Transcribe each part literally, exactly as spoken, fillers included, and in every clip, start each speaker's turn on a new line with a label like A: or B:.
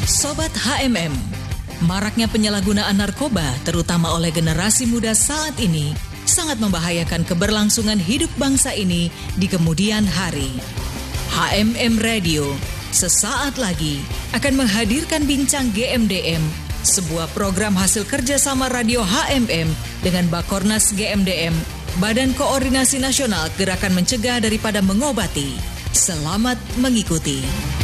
A: Sobat H M M, maraknya penyalahgunaan narkoba terutama oleh generasi muda saat ini sangat membahayakan keberlangsungan hidup bangsa ini di kemudian hari. H M M Radio sesaat lagi akan menghadirkan Bincang G M D M, sebuah program hasil kerjasama Radio H M M dengan Bakornas G M D M, Badan Koordinasi Nasional Gerakan Mencegah Daripada Mengobati. Selamat mengikuti.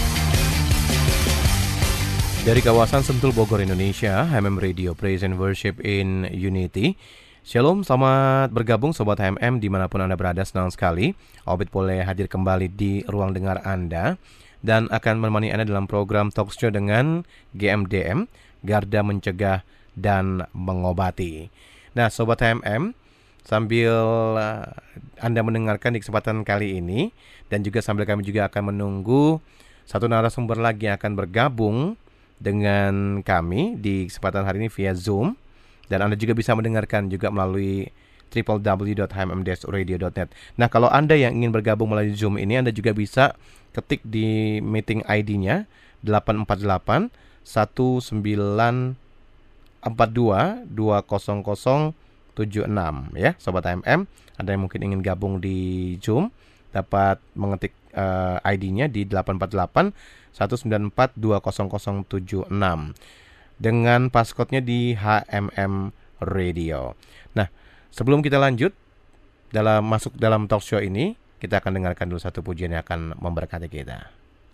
B: Dari kawasan Sentul Bogor, Indonesia, H M M Radio Praise and Worship in Unity. Shalom, selamat bergabung Sobat H M M dimanapun Anda berada, senang sekali Obed boleh hadir kembali di ruang dengar Anda dan akan menemani Anda dalam program talk show dengan G M D M, Garda Mencegah dan Mengobati. Nah Sobat H M M, sambil Anda mendengarkan di kesempatan kali ini dan juga sambil kami juga akan menunggu satu narasumber lagi yang akan bergabung dengan kami di kesempatan hari ini via Zoom, dan Anda juga bisa mendengarkan juga melalui w w w dot h m m dash radio dot net. Nah, kalau Anda yang ingin bergabung melalui Zoom ini, Anda juga bisa ketik di meeting I D-nya delapan empat delapan satu sembilan empat dua dua nol nol tujuh enam ya, Sobat H M M. Anda yang mungkin ingin gabung di Zoom dapat mengetik uh, I D-nya di delapan empat delapan satu sembilan empat dua nol nol tujuh enam dengan passcode-nya di H M M Radio. Nah, sebelum kita lanjut dalam masuk dalam talk show ini, kita akan dengarkan dulu satu pujian yang akan memberkati kita.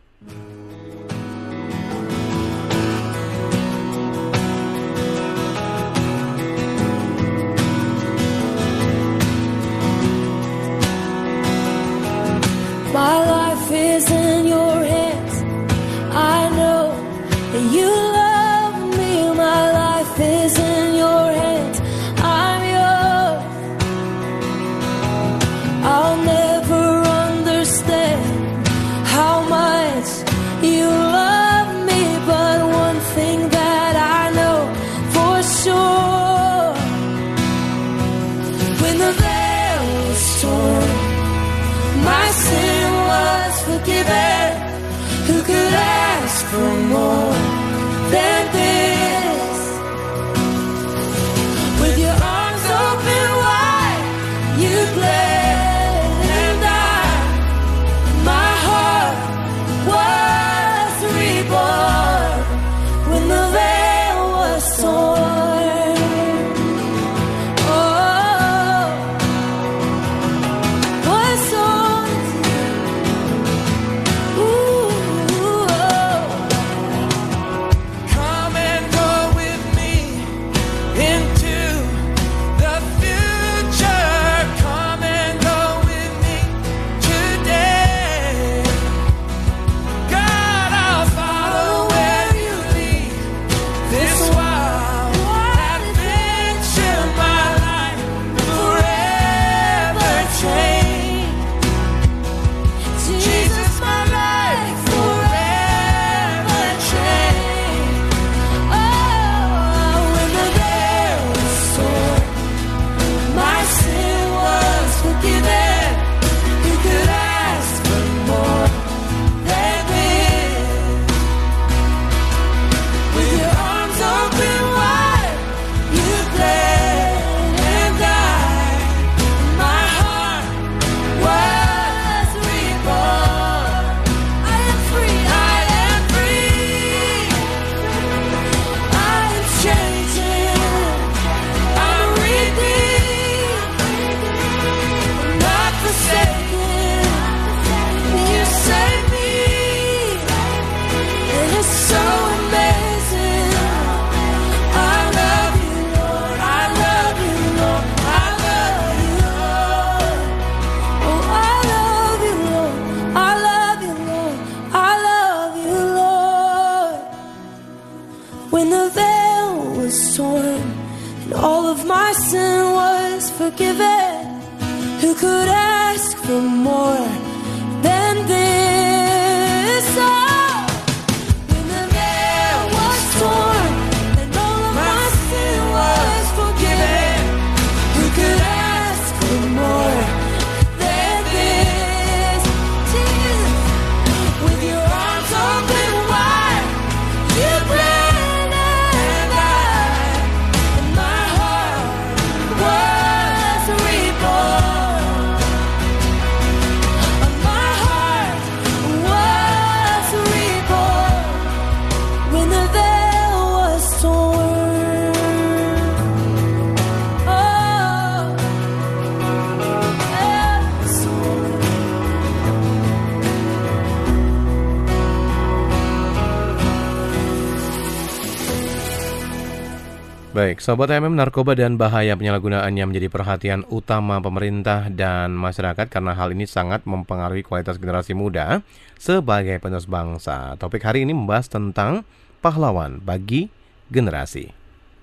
C: My life is in your hands. I know that you love me. My life is in your hands. I'm yours. I'll never understand how much you love me, but one thing that I know for sure, when the veil was torn, my sin was forgiven. Who could ask for more than this? With your arms open wide, you bled and died. My heart was reborn when the veil was torn. Oh, was torn. Forgiven. Who could ask for more than this? Oh, when the veil was torn and all of my sin was forgiven. Who could ask for more than this? Jesus, with your arms open wide, you
B: Baik, Sobat M M, narkoba dan bahaya penyalahgunaannya menjadi perhatian utama pemerintah dan masyarakat karena hal ini sangat mempengaruhi kualitas generasi muda sebagai penerus bangsa. Topik hari ini membahas tentang pahlawan bagi generasi.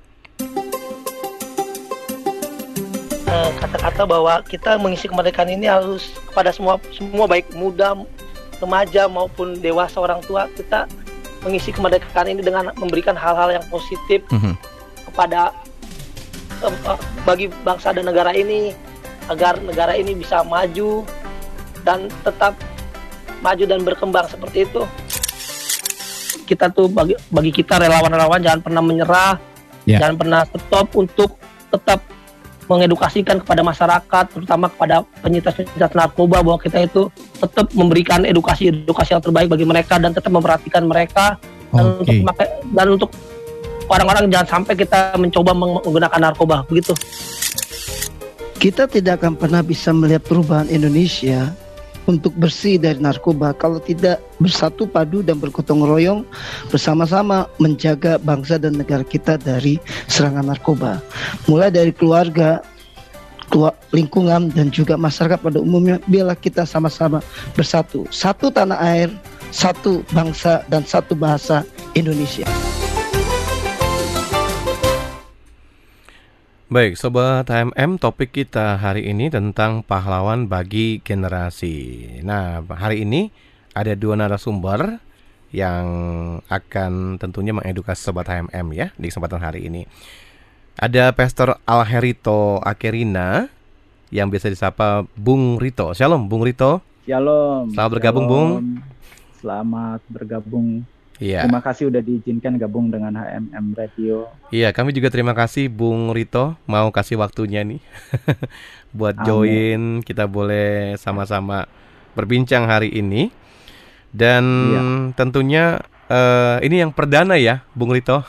D: Kata-kata bahwa kita mengisi kemerdekaan ini harus kepada semua semua baik muda, remaja maupun dewasa, orang tua, kita mengisi kemerdekaan ini dengan memberikan hal-hal yang positif mm-hmm. kepada uh, bagi bangsa dan negara ini agar negara ini bisa maju dan tetap maju dan berkembang seperti itu. Kita tuh bagi bagi kita relawan-relawan jangan pernah menyerah, yeah. jangan pernah stop untuk tetap mengedukasikan kepada masyarakat, terutama kepada penyintas-penyintas narkoba, bahwa kita itu tetap memberikan edukasi-edukasi yang terbaik bagi mereka dan tetap memperhatikan mereka. Dan okay. untuk memakai, dan untuk orang-orang jangan sampai kita mencoba menggunakan narkoba, begitu.
E: Kita tidak akan pernah bisa melihat perubahan Indonesia untuk bersih dari narkoba kalau tidak bersatu padu dan bergotong royong bersama-sama menjaga bangsa dan negara kita dari serangan narkoba. Mulai dari keluarga, lingkungan dan juga masyarakat pada umumnya, biarlah kita sama-sama bersatu. Satu tanah air, satu bangsa dan satu bahasa Indonesia.
B: Baik, Sobat H M M, topik kita hari ini tentang pahlawan bagi generasi. Nah, hari ini ada dua narasumber yang akan tentunya mengedukasi Sobat H M M ya di kesempatan hari ini. Ada Pastor Alherito Akerina yang biasa disapa Bung Rito. Shalom Bung Rito.
F: Shalom.
B: Selamat bergabung Bung.
F: Selamat bergabung.
B: Iya.
F: Terima kasih udah diizinkan gabung dengan H M M Radio.
B: Iya, kami juga terima kasih Bung Rito mau kasih waktunya nih buat Amin. Join. Kita boleh sama-sama berbincang hari ini. Dan iya. tentunya uh, ini yang perdana ya, Bung Rito.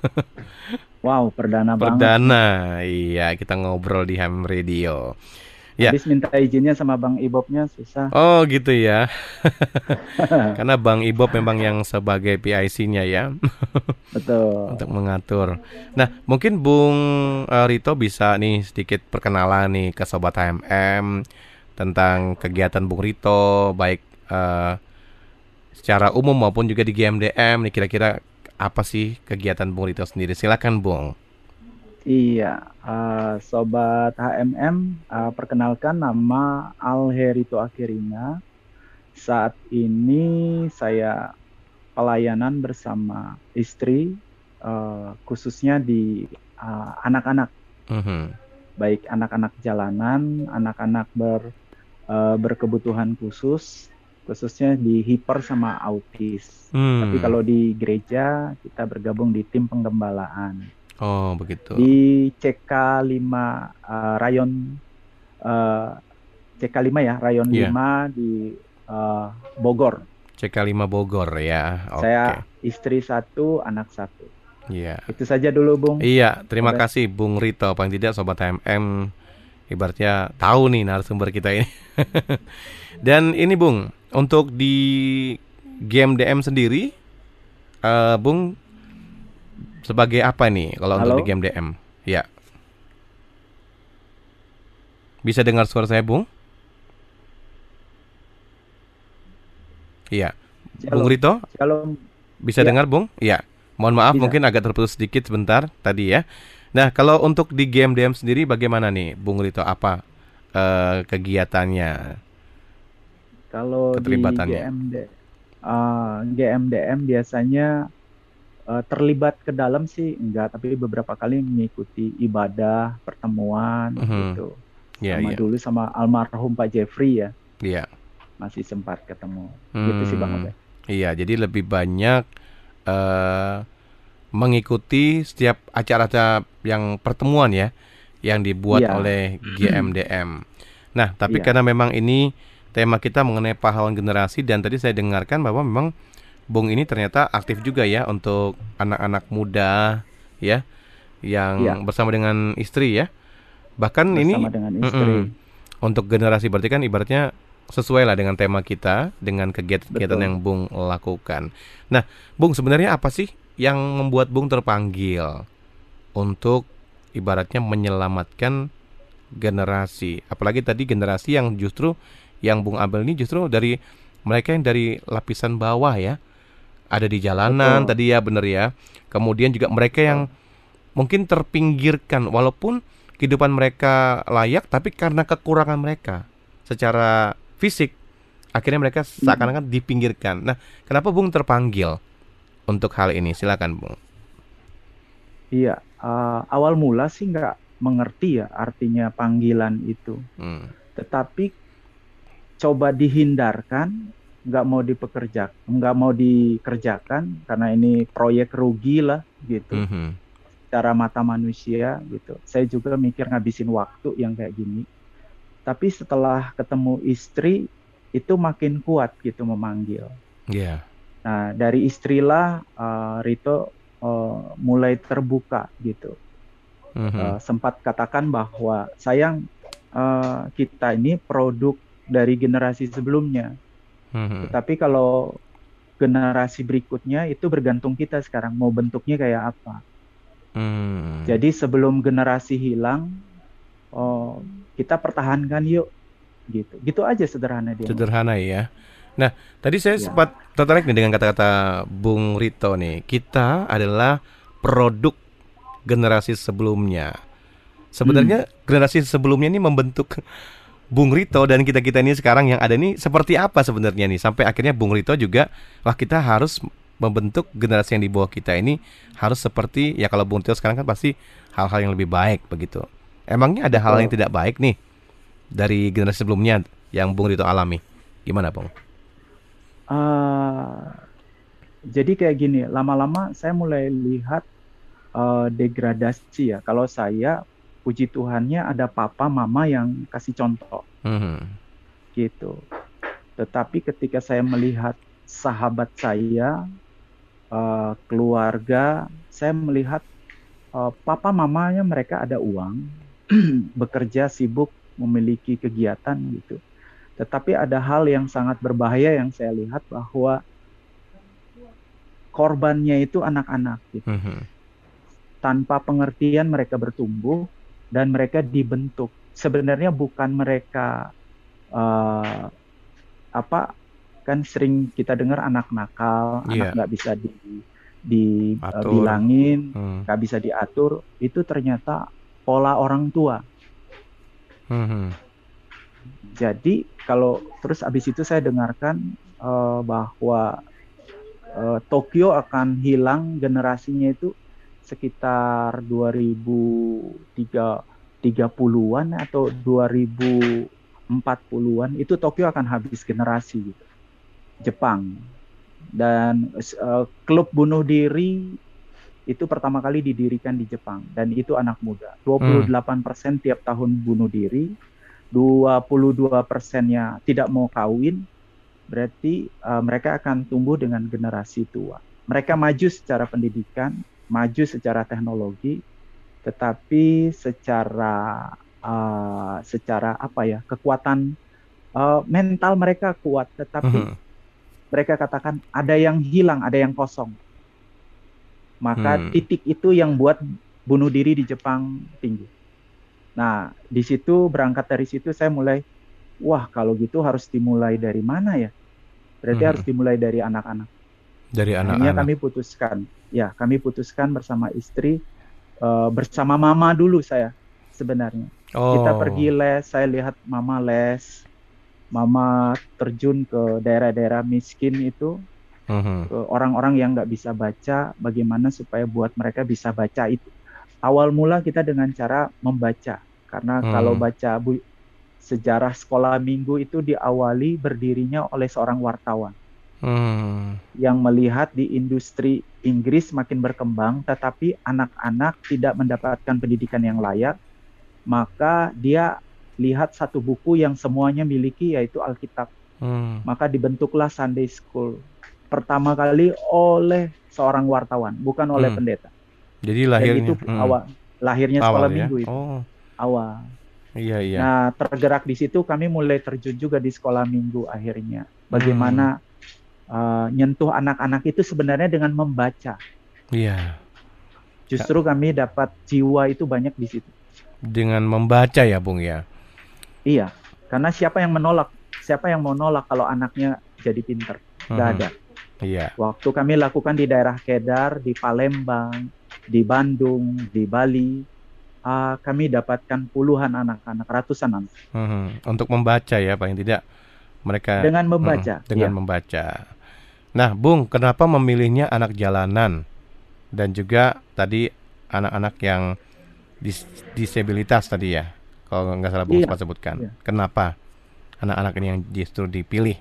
F: Wow, perdana banget.
B: Perdana, iya kita ngobrol di H M M Radio. Ya.
F: Habis minta izinnya sama Bang Ibobnya susah.
B: Oh gitu ya. Karena Bang Ibob memang yang sebagai P I C-nya ya.
F: Betul.
B: Untuk mengatur. Nah mungkin Bung uh, Rito bisa nih sedikit perkenalan nih ke Sobat H M M tentang kegiatan Bung Rito, baik uh, secara umum maupun juga di G M D M nih, kira-kira apa sih kegiatan Bung Rito sendiri? Silakan Bung.
F: Iya, uh, Sobat H M M, uh, perkenalkan nama Alherito Akerina. Saat ini saya pelayanan bersama istri, uh, khususnya di uh, anak-anak, mm-hmm. baik anak-anak jalanan, anak-anak ber, uh, berkebutuhan khusus, khususnya di hiper sama autis. Mm. Tapi kalau di gereja kita bergabung di tim penggembalaan.
B: Oh begitu.
F: Di C K lima uh, rayon uh, C K lima ya, rayon yeah. lima di uh, Bogor.
B: C K lima Bogor ya. Okay.
F: Saya istri satu, anak satu.
B: Iya. Yeah.
F: Itu saja dulu Bung.
B: Iya, terima
F: Sobat.
B: kasih Bung Rito. Paling tidak Sobat H M M ibaratnya tahu nih narasumber kita ini. Dan ini Bung, untuk di G M D M sendiri, uh, Bung sebagai apa nih kalau Halo? Untuk di G M D M? Ya. Bisa dengar suara saya, Bung? Iya. Bung Rito?
F: Shalom.
B: Bisa ya. Dengar, Bung? Iya. Mohon maaf Bisa. Mungkin agak terputus sedikit sebentar tadi ya. Nah, kalau untuk di G M D M sendiri bagaimana nih, Bung Rito? Apa uh, kegiatannya?
F: Kalau di G M D, uh, G M D M biasanya Uh, terlibat ke dalam sih enggak, tapi beberapa kali mengikuti ibadah, pertemuan mm-hmm. gitu. Yeah, sama yeah. dulu sama almarhum Pak Jeffrey ya. Iya. Yeah. Masih sempat ketemu. Hmm. Gitu sih Bang Obe.
B: Iya, jadi lebih banyak uh, mengikuti setiap acara-acara yang pertemuan ya, yang dibuat yeah. oleh G M D M. Nah, tapi yeah. karena memang ini tema kita mengenai pahlawan generasi, dan tadi saya dengarkan bahwa memang Bung ini ternyata aktif juga ya untuk anak-anak muda ya, yang ya. bersama dengan istri ya. Bahkan bersama ini
F: dengan istri.
B: Untuk generasi berarti kan ibaratnya sesuai lah dengan tema kita, dengan kegiatan-kegiatan Betul. yang Bung lakukan. Nah, Bung sebenarnya apa sih yang membuat Bung terpanggil untuk ibaratnya menyelamatkan generasi. Apalagi tadi generasi yang justru yang Bung Abel ini justru dari mereka yang dari lapisan bawah ya. Ada di jalanan. Betul. Tadi ya benar ya. Kemudian juga mereka yang mungkin terpinggirkan walaupun kehidupan mereka layak, tapi karena kekurangan mereka secara fisik akhirnya mereka seakan-akan dipinggirkan. Nah, kenapa Bung terpanggil untuk hal ini? Silakan Bung.
F: Iya, uh, awal mula sih nggak mengerti ya artinya panggilan itu. Hmm. Tetapi coba dihindarkan, nggak mau dipekerjakan, nggak mau dikerjakan karena ini proyek rugi lah gitu. Mm-hmm. Cara mata manusia gitu. Saya juga mikir ngabisin waktu yang kayak gini. Tapi setelah ketemu istri itu makin kuat gitu memanggil. Iya. Yeah. Nah dari istrilah uh, Rito uh, mulai terbuka gitu. Mm-hmm. Uh, sempat katakan bahwa sayang uh, kita ini produk dari generasi sebelumnya. Mm-hmm. Tetapi kalau generasi berikutnya itu bergantung kita sekarang mau bentuknya kayak apa. Mm. Jadi sebelum generasi hilang, oh, kita pertahankan yuk, gitu. Gitu aja sederhana dia.
B: Sederhana ya. Nah, tadi saya ya. sempat tertarik nih dengan kata-kata Bung Rito nih. Kita adalah produk generasi sebelumnya. Sebenarnya hmm. generasi sebelumnya ini membentuk Bung Rito dan kita-kita ini sekarang yang ada nih seperti apa sebenarnya nih sampai akhirnya Bung Rito juga wah kita harus membentuk generasi yang di bawah kita ini harus seperti ya kalau Bung Rito sekarang kan pasti hal-hal yang lebih baik begitu. Emangnya ada hal yang tidak baik nih dari generasi sebelumnya yang Bung Rito alami? Gimana Bung?
F: Uh, jadi kayak gini, lama-lama saya mulai lihat uh, degradasi ya. Kalau saya puji Tuhannya ada papa mama yang kasih contoh, mm-hmm. gitu. Tetapi ketika saya melihat sahabat saya, uh, keluarga, saya melihat uh, papa mamanya mereka ada uang, bekerja sibuk, memiliki kegiatan gitu. Tetapi ada hal yang sangat berbahaya yang saya lihat bahwa korbannya itu anak-anak gitu. Mm-hmm. Tanpa pengertian mereka bertumbuh dan mereka dibentuk. Sebenarnya bukan mereka uh, apa kan sering kita dengar anak nakal, yeah. anak nggak bisa di dibilangin, uh, nggak hmm. bisa diatur. Itu ternyata pola orang tua. Hmm. Jadi kalau terus abis itu saya dengarkan uh, bahwa uh, Tokyo akan hilang generasinya itu sekitar dua ribu tiga puluhan atau dua ribu empat puluhan itu Tokyo akan habis generasi gitu. Jepang dan uh, klub bunuh diri itu pertama kali didirikan di Jepang dan itu anak muda. dua puluh delapan persen hmm. tiap tahun bunuh diri, dua puluh dua persennya tidak mau kawin. Berarti uh, mereka akan tumbuh dengan generasi tua. Mereka maju secara pendidikan, maju secara teknologi, tetapi secara uh, secara apa ya kekuatan uh, mental mereka kuat, tetapi uh-huh. mereka katakan ada yang hilang, ada yang kosong. Maka hmm. titik itu yang buat bunuh diri di Jepang tinggi. Nah, di situ berangkat dari situ saya mulai, wah kalau gitu harus dimulai dari mana ya? Berarti uh-huh. harus dimulai dari anak-anak.
B: Dari anak-anak.
F: Akhirnya kami putuskan, ya kami putuskan bersama istri, uh, bersama mama dulu saya sebenarnya. Oh. Kita pergi les, saya lihat mama les, mama terjun ke daerah-daerah miskin itu, uh-huh. ke orang-orang yang nggak bisa baca, bagaimana supaya buat mereka bisa baca itu. Awal mula kita dengan cara membaca, karena uh-huh. kalau baca bu, sejarah sekolah minggu itu diawali berdirinya oleh seorang wartawan. Hmm. Yang melihat di industri Inggris makin berkembang, tetapi anak-anak tidak mendapatkan pendidikan yang layak, maka dia lihat satu buku yang semuanya miliki, yaitu Alkitab. Hmm. Maka dibentuklah Sunday School pertama kali oleh seorang wartawan, bukan oleh hmm. pendeta.
B: Jadi lahirnya
F: Dan itu
B: hmm.
F: awal lahirnya sekolah
B: awal, ya?
F: minggu itu
B: oh.
F: awal.
B: Iya iya.
F: Nah tergerak di situ kami mulai terjun juga di sekolah minggu akhirnya. Bagaimana hmm. Uh, nyentuh anak-anak itu sebenarnya dengan membaca.
B: Iya.
F: Justru kami dapat jiwa itu banyak di situ.
B: Dengan membaca ya, Bung ya.
F: Iya, karena siapa yang menolak? Siapa yang mau nolak kalau anaknya jadi pinter? Nggak
B: Mhm.
F: ada.
B: Iya.
F: Waktu kami lakukan di daerah Kedar, di Palembang, di Bandung, di Bali, ah, kami dapatkan puluhan anak-anak, ratusan anak.
B: Mhm. Untuk membaca ya, paling tidak mereka
F: Dengan membaca,
B: Mhm, dengan
F: iya.
B: membaca. Nah, Bung, kenapa memilihnya anak jalanan dan juga tadi anak-anak yang dis- disabilitas tadi ya, kalau nggak salah Bung
F: Iya,
B: sempat sebutkan.
F: iya.
B: Kenapa anak-anak ini yang justru dipilih?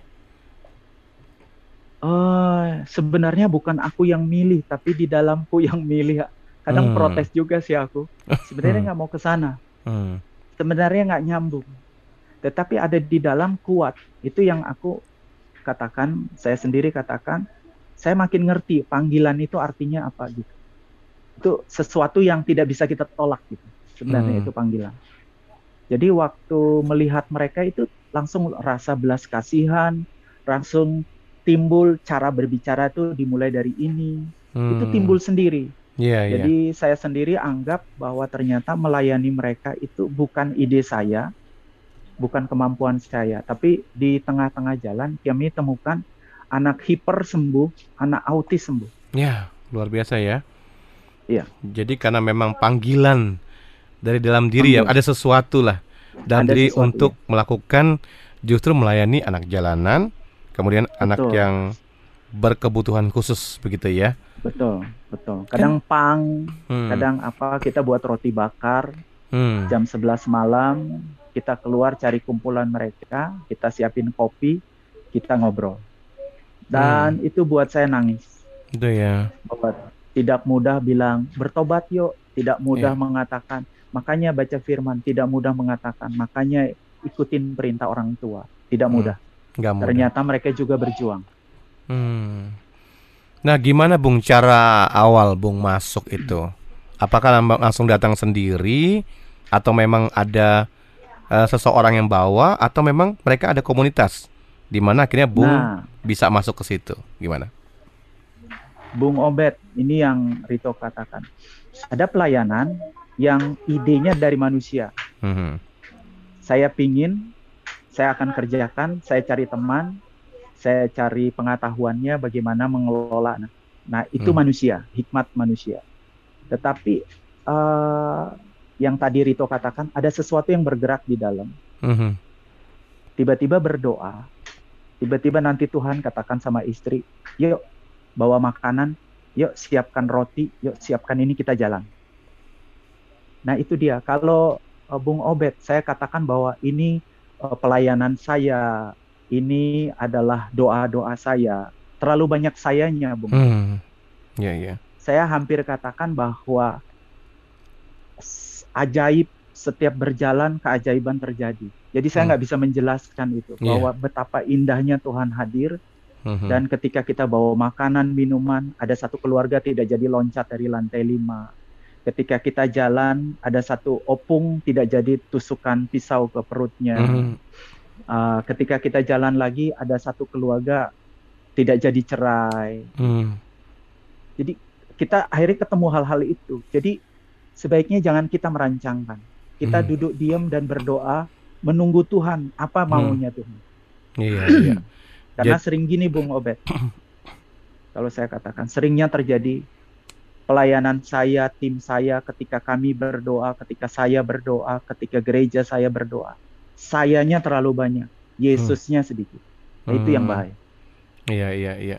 F: Eh, sebenarnya bukan aku yang milih, tapi di dalamku yang milih. Kadang
B: Hmm.
F: protes juga sih aku. Sebenarnya nggak mau ke sana.
B: Hmm.
F: Sebenarnya nggak nyambung. Tetapi ada di dalam kuat. Itu yang aku katakan, saya sendiri katakan, saya makin ngerti panggilan itu artinya apa gitu. Itu sesuatu yang tidak bisa kita tolak gitu. Sebenarnya
B: Hmm.
F: itu panggilan. Jadi waktu melihat mereka itu langsung rasa belas kasihan, langsung timbul cara berbicara itu dimulai dari ini. Itu
B: Hmm.
F: timbul sendiri.
B: Iya, iya.
F: Jadi saya sendiri anggap bahwa ternyata melayani mereka itu bukan ide saya, bukan kemampuan saya, tapi di tengah-tengah jalan kami temukan anak hiper sembuh, anak autis sembuh.
B: Ya, luar biasa ya.
F: Iya.
B: Jadi karena memang panggilan dari dalam diri ya,
F: Panggilan.
B: ada sesuatu lah dalam
F: Ada
B: diri
F: sesuatu,
B: untuk melakukan justru melayani anak jalanan, kemudian anak
F: Betul.
B: yang berkebutuhan khusus begitu ya.
F: Betul, betul. Kadang pang,
B: Hmm.
F: kadang apa kita buat roti bakar
B: Hmm.
F: jam sebelas malam, kita keluar cari kumpulan mereka, kita siapin kopi, kita ngobrol. Dan itu buat saya nangis.
B: Itu ya.
F: Bahwa tidak mudah bilang bertobat yuk, tidak mudah
B: Iya.
F: mengatakan, makanya baca firman, tidak mudah mengatakan, makanya ikutin perintah orang tua, tidak
B: Hmm.
F: mudah.
B: Nggak mudah.
F: Ternyata mereka juga berjuang.
B: Hmm. Nah, gimana Bung cara awal Bung masuk itu? Apakah lang- langsung datang sendiri atau memang ada eh, seseorang yang bawa atau memang mereka ada komunitas di mana akhirnya Bung
F: Nah,
B: bisa masuk ke situ? Gimana?
F: Bung Obed, ini yang Rito katakan. Ada pelayanan yang idenya dari manusia.
B: Mhm.
F: Saya pingin, saya akan kerjakan, saya cari teman, saya cari pengetahuannya bagaimana mengelola. Nah, nah itu
B: Hmm.
F: manusia, hikmat manusia. Tetapi eh, yang tadi Rito katakan, ada sesuatu yang bergerak di dalam.
B: Mhm.
F: Tiba-tiba berdoa, tiba-tiba nanti Tuhan katakan sama istri, yuk bawa makanan, yuk siapkan roti, yuk siapkan ini, kita jalan. Nah itu dia, kalau uh, Bung Obed, saya katakan bahwa ini uh, pelayanan saya, ini adalah doa-doa saya, terlalu banyak sayanya, Bung.
B: Hmm. Ya, ya.
F: Saya hampir katakan bahwa s- ajaib, setiap berjalan keajaiban terjadi. Jadi saya
B: Hmm.
F: nggak bisa menjelaskan itu,
B: Iya.
F: bahwa betapa indahnya Tuhan hadir.
B: Mhm.
F: Dan ketika kita bawa makanan, minuman, ada satu keluarga tidak jadi loncat dari lantai lima. Ketika kita jalan, ada satu opung tidak jadi tusukan pisau ke perutnya.
B: Mhm.
F: Uh, ketika kita jalan lagi, ada satu keluarga tidak jadi cerai.
B: Hmm.
F: Jadi kita akhirnya ketemu hal-hal itu. Jadi sebaiknya jangan kita merancangkan. Kita
B: Hmm.
F: duduk diam dan berdoa, menunggu Tuhan, apa maunya Tuhan.
B: Iya, iya.
F: Karena
B: Jad-
F: sering gini Bung Obed, kalau saya katakan, seringnya terjadi pelayanan saya, tim saya, ketika kami berdoa, ketika saya berdoa, ketika gereja saya berdoa, sayanya terlalu banyak, Yesusnya sedikit. Nah, itu yang
B: Hmm.
F: bahaya.
B: Iya, iya, iya.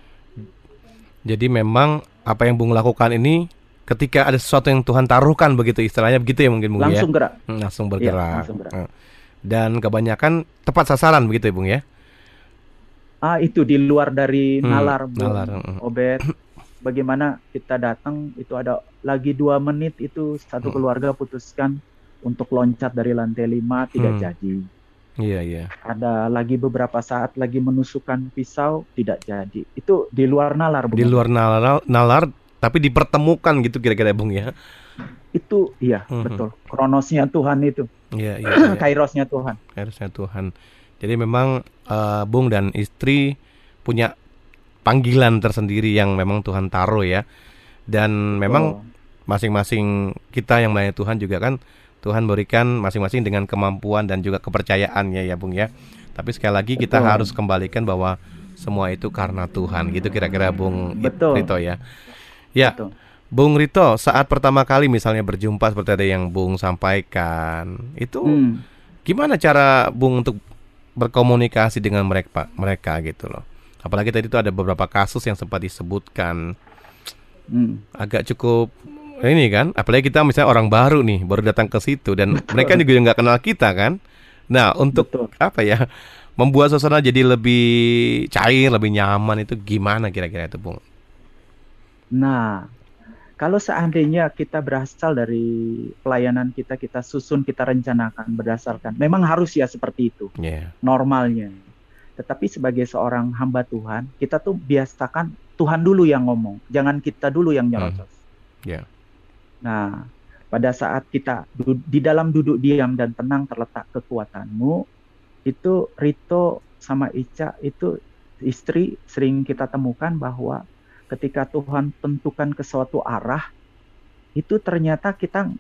B: Jadi memang apa yang Bung lakukan ini ketika ada sesuatu yang Tuhan taruhkan begitu istilahnya begitu ya mungkin Bung
F: Langsung
B: ya.
F: gerak.
B: Hmm, langsung
F: Iya,
B: bergerak.
F: langsung gerak.
B: Hmm. Dan kebanyakan tepat sasaran begitu ya Bung ya.
F: Ah, itu di luar dari
B: Hmm,
F: nalar, Bung
B: nalar, hmm.
F: Obed. Bagaimana kita datang, itu ada lagi dua menit, itu satu
B: Hmm.
F: keluarga putuskan untuk loncat dari lantai lima, tidak
B: Hmm.
F: jadi.
B: Iya, iya.
F: Ada lagi beberapa saat lagi menusukkan pisau, tidak jadi. Itu di luar nalar, Bung.
B: Di luar nalar, nalar tapi dipertemukan gitu kira-kira Bung ya.
F: Itu iya,
B: Mhm.
F: betul. Kronosnya Tuhan itu,
B: Iya, iya, iya.
F: kairosnya Tuhan.
B: Harusnya Tuhan. Jadi memang eh, Bung dan istri punya panggilan tersendiri yang memang Tuhan taruh ya. Dan memang
F: Betul.
B: masing-masing kita yang melayani Tuhan juga kan Tuhan berikan masing-masing dengan kemampuan dan juga kepercayaannya ya Bung ya. Tapi sekali lagi kita
F: Betul.
B: harus kembalikan bahwa semua itu karena Tuhan gitu kira-kira Bung
F: Betul.
B: Rito ya. Ya,
F: Betul.
B: Bung Rito, saat pertama kali misalnya berjumpa seperti ada yang Bung sampaikan, itu
F: Hmm.
B: gimana cara Bung untuk berkomunikasi dengan mereka mereka gitu loh. Apalagi tadi itu ada beberapa kasus yang sempat disebutkan.
F: Hmm.
B: Agak cukup ini kan, apalagi kita misalnya orang baru nih, baru datang ke situ dan
F: Betul.
B: mereka juga nggak kenal kita kan. Nah, untuk
F: Betul.
B: apa ya, membuat suasana jadi lebih cair, lebih nyaman itu gimana kira-kira itu, Bung?
F: Nah, kalau seandainya kita berasal dari pelayanan kita, kita susun, kita rencanakan berdasarkan, memang harus ya seperti itu,
B: Iya.
F: normalnya. Tetapi sebagai seorang hamba Tuhan, kita tuh biasakan Tuhan dulu yang ngomong, jangan kita dulu yang nyerocos.
B: Iya.
F: Nah, pada saat kita du- di dalam duduk diam dan tenang terletak kekuatanmu, itu Rito sama Ica itu istri sering kita temukan bahwa ketika Tuhan tentukan ke suatu arah, itu ternyata kita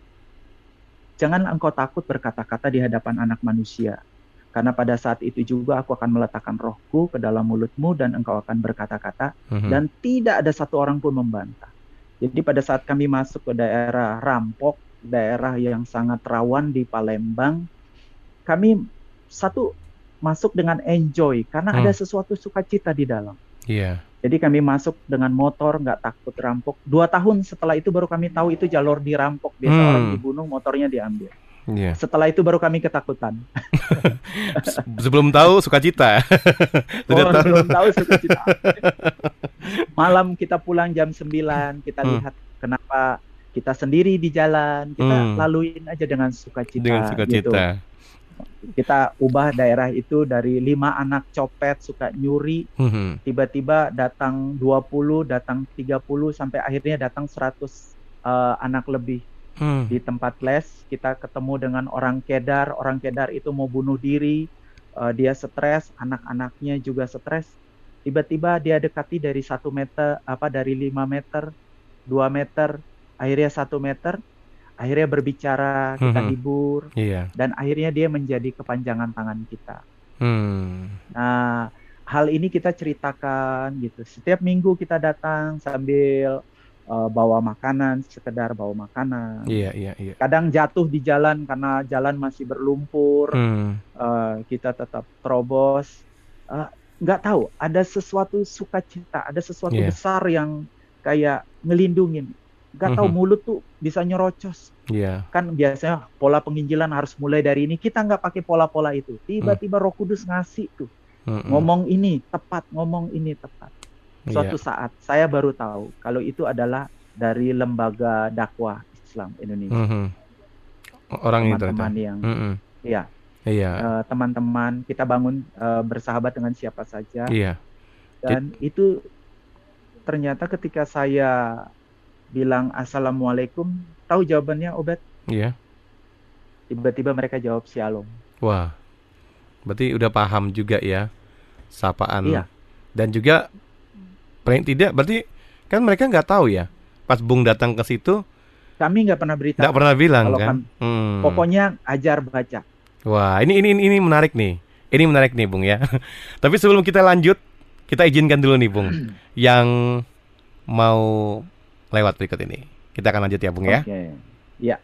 F: jangan engkau takut berkata-kata di hadapan anak manusia. Karena pada saat itu juga aku akan meletakkan rohku ke dalam mulutmu dan engkau akan berkata-kata
B: Mhm.
F: dan tidak ada satu orang pun membantah. Jadi pada saat kami masuk ke daerah Rampok, daerah yang sangat rawan di Palembang, kami satu masuk dengan enjoy karena
B: Hmm.
F: ada sesuatu sukacita di dalam.
B: Iya.
F: Jadi kami masuk dengan motor, nggak takut rampok. Dua tahun setelah itu baru kami tahu itu jalur dirampok. Biasa
B: Hmm.
F: orang dibunuh, motornya diambil.
B: Iya.
F: Setelah itu baru kami ketakutan.
B: Se- Sebelum tahu sukacita. Sudah
F: Oh,
B: tahu.
F: belum tahu sukacita. Malam kita pulang jam sembilan, kita
B: Hmm.
F: lihat kenapa kita sendiri di jalan, kita
B: Hmm.
F: laluin aja dengan sukacita.
B: Dengan
F: gitu.
B: sukacita.
F: Kita ubah daerah itu dari lima anak copet suka nyuri,
B: Mhm.
F: tiba-tiba datang dua puluh, datang tiga puluh, sampai akhirnya datang seratus eh, anak lebih.
B: Hmm.
F: Di tempat les kita ketemu dengan orang Kedar. Orang Kedar itu mau bunuh diri, eh, dia stres, anak-anaknya juga stres. Tiba-tiba dia dekati dari satu meter, apa dari lima meter, dua meter, akhirnya satu meter, akhirnya berbicara, kita
B: Mhm.
F: hibur,
B: Iya.
F: dan akhirnya dia menjadi kepanjangan tangan kita.
B: Hmm.
F: Nah, hal ini kita ceritakan gitu. Setiap minggu kita datang sambil eh, bawa makanan, sekedar bawa makanan.
B: Iya, iya, iya.
F: Kadang jatuh di jalan karena jalan masih berlumpur,
B: Hmm.
F: eh, kita tetap terobos. Eh, nggak tahu, ada sesuatu sukacita, ada sesuatu
B: Iya.
F: besar yang kayak ngelindungin. Nggak tahu
B: Mhm.
F: mulut tuh bisa nyerocos.
B: Iya.
F: Kan biasanya pola penginjilan harus mulai dari ini. Kita nggak pakai pola-pola itu. Tiba-tiba Roh Kudus ngasih tuh.
B: Mhm.
F: Ngomong ini tepat, ngomong ini tepat. Suatu
B: Iya.
F: saat saya baru tahu kalau itu adalah dari lembaga dakwah Islam Indonesia.
B: Mhm. Orang itu.
F: Teman-teman yang
B: Mhm.
F: ya
B: Iya.
F: eh, teman-teman kita bangun eh, bersahabat dengan siapa saja,
B: Iya.
F: dan itu ternyata ketika saya bilang assalamualaikum, tahu jawabannya Obed?
B: Iya.
F: Tiba-tiba mereka jawab shalom.
B: Wah. Berarti udah paham juga ya sapaan.
F: Iya.
B: Dan juga paling tidak berarti kan mereka nggak tahu ya. Pas Bung datang ke situ
F: Kami nggak pernah beritahu.
B: nggak pernah bilang
F: Kalau
B: kan.
F: kan-
B: Hmm.
F: Pokoknya ajar baca.
B: Wah, ini ini ini menarik nih. Ini menarik nih, Bung ya. Tapi sebelum kita lanjut, kita izinkan dulu nih, Bung, yang mau lewat berikut ini. Kita akan lanjut ya, Bung ya.
F: Oke. Ya.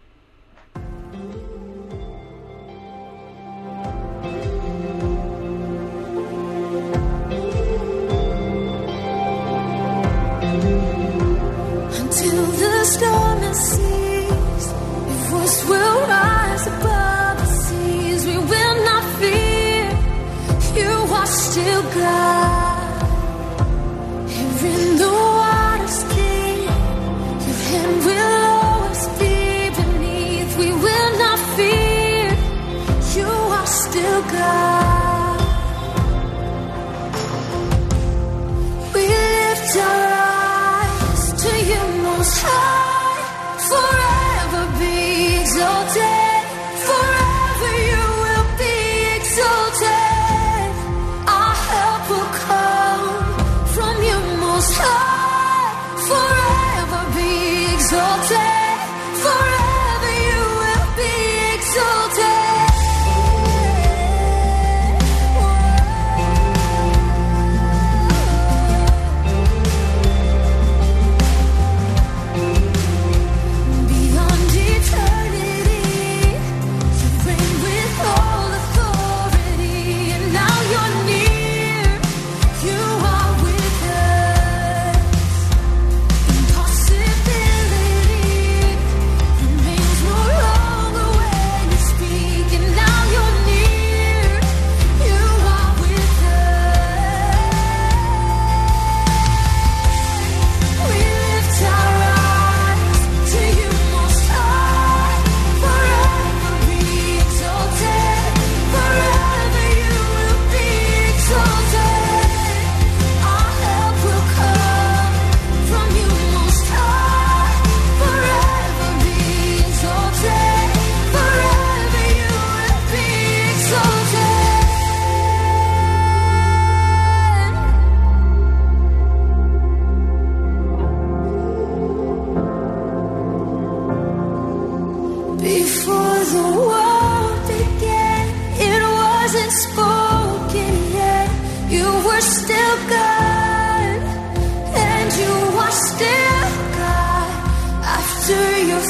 C: Until the storm has ceased, your voice will rise above the seas. We will not fear. You are still God. Here in the water's deep, your hand will always be beneath. We will not fear. You are still God. We lift our eyes to you most high, forever be exalted, forever you will be exalted. Our help will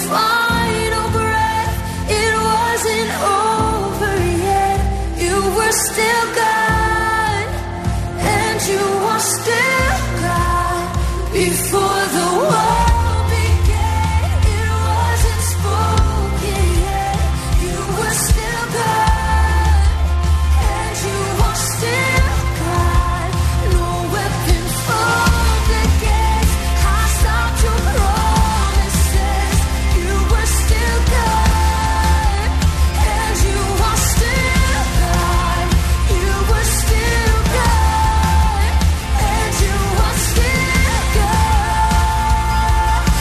C: final breath, it wasn't over yet. You were still God, and you are still God. Before the world began, it wasn't spoken yet. You were still God, and you are still God. No weapon formed against us, not your promises. You were still God, and you are still God. You were still God, and you are still God.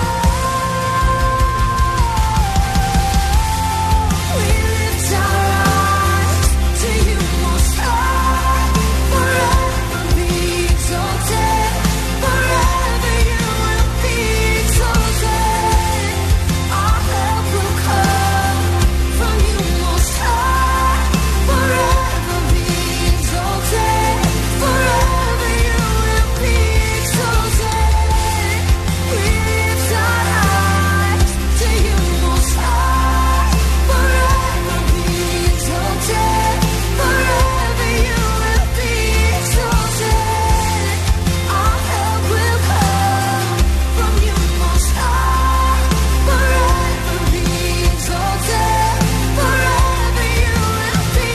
C: We lift our eyes to you, Most High, forever be exalted. Forever you will be exalted. Our help will come from you, Most High, forever be exalted. Forever you will be exalted. We lift our eyes to you, Most High, forever be exalted. Forever you will be exalted. Our help will come from you, Most High, forever be exalted. Forever you will be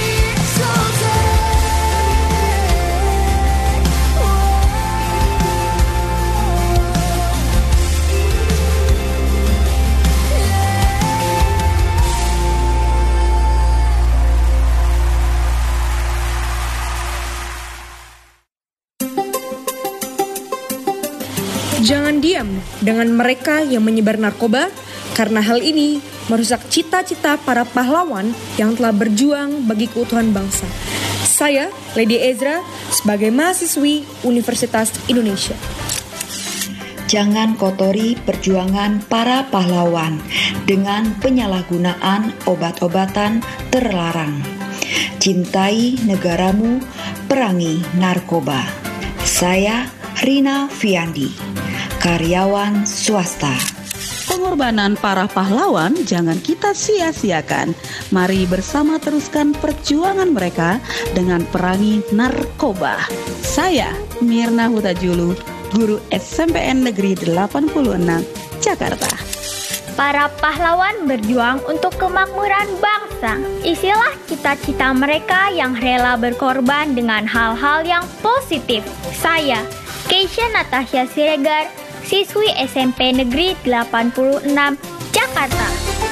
G: Jangan diam dengan mereka yang menyebar narkoba, karena hal ini merusak cita-cita para pahlawan yang telah berjuang bagi keutuhan bangsa. Saya, Lady Ezra, sebagai mahasiswi Universitas Indonesia.
H: Jangan kotori perjuangan para pahlawan dengan penyalahgunaan obat-obatan terlarang. Cintai negaramu, perangi narkoba. Saya, Rina Fiandi, karyawan swasta.
I: Pengorbanan para pahlawan jangan kita sia-siakan. Mari bersama teruskan perjuangan mereka dengan perangi narkoba. Saya, Mirna Hutajulu, guru S M P N Negeri delapan puluh enam, Jakarta.
J: Para pahlawan berjuang untuk kemakmuran bangsa. Isilah cita-cita mereka yang rela berkorban dengan hal-hal yang positif. Saya, Keisha Natasha Siregar, siswi S M P Negeri delapan puluh enam, Jakarta.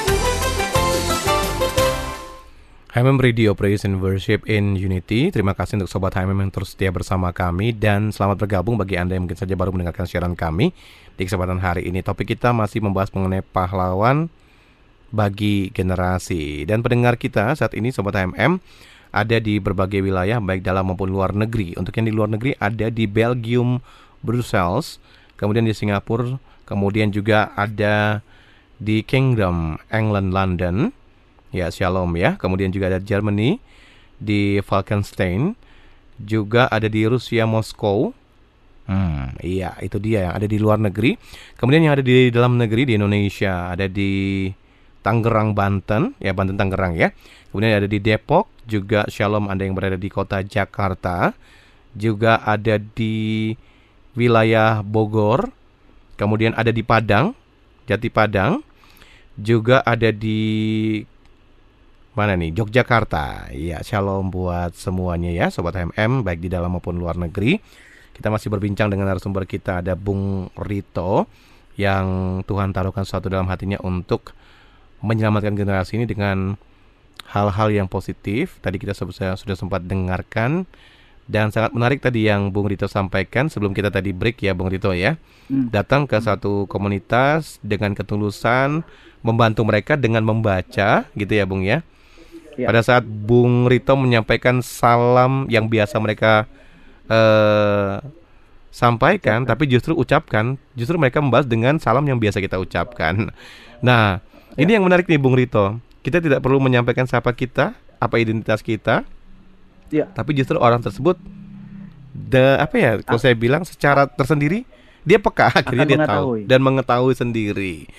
B: H M M Radio Praise and Worship in Unity. Terima kasih untuk Sobat H M M yang terus setia bersama kami. Dan selamat bergabung bagi Anda yang mungkin saja baru mendengarkan siaran kami. Di kesempatan hari ini topik kita masih membahas mengenai pahlawan bagi generasi. Dan pendengar kita saat ini Sobat H M M ada di berbagai wilayah baik dalam maupun luar negeri. Untuk yang di luar negeri ada di Belgium, Brussels, kemudian di Singapura, kemudian juga ada di Kingdom, England, London. Ya, Shalom ya. Kemudian juga ada Germany, di Falkenstein, juga ada di Rusia, Moskow. Hmm, iya, itu dia yang ada di luar negeri. Kemudian yang ada di dalam negeri di Indonesia ada di Tangerang, Banten, ya Banten Tangerang ya. Kemudian ada di Depok, juga Shalom Anda yang berada di kota Jakarta. Juga ada di wilayah Bogor. Kemudian ada di Padang, Jati Padang. Juga ada di mana nih? Yogyakarta. Iya, Shalom buat semuanya ya, Sobat H M M baik di dalam maupun luar negeri. Kita masih berbincang dengan narasumber kita, ada Bung Rito yang Tuhan taruhkan sesuatu dalam hatinya untuk menyelamatkan generasi ini dengan hal-hal yang positif. Tadi kita sudah, sudah sempat dengarkan. Dan sangat menarik tadi yang Bung Rito sampaikan sebelum kita tadi break ya Bung Rito ya. hmm. Datang ke satu komunitas dengan ketulusan, membantu mereka dengan membaca gitu ya Bung ya. ya. Pada saat Bung Rito menyampaikan salam yang biasa mereka eh, sampaikan, tapi justru ucapkan, justru mereka membahas dengan salam yang biasa kita ucapkan. Nah, ya. Ini yang menarik nih Bung Rito. Kita tidak perlu menyampaikan siapa kita, apa identitas kita. Ya. Tapi justru orang tersebut the, apa ya, kalau ah. saya bilang secara tersendiri dia peka, akhirnya dia tahu dan mengetahui sendiri.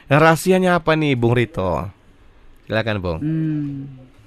B: Nah, rahasianya apa nih, Bung Rito? Silakan, Bung.
F: Hmm,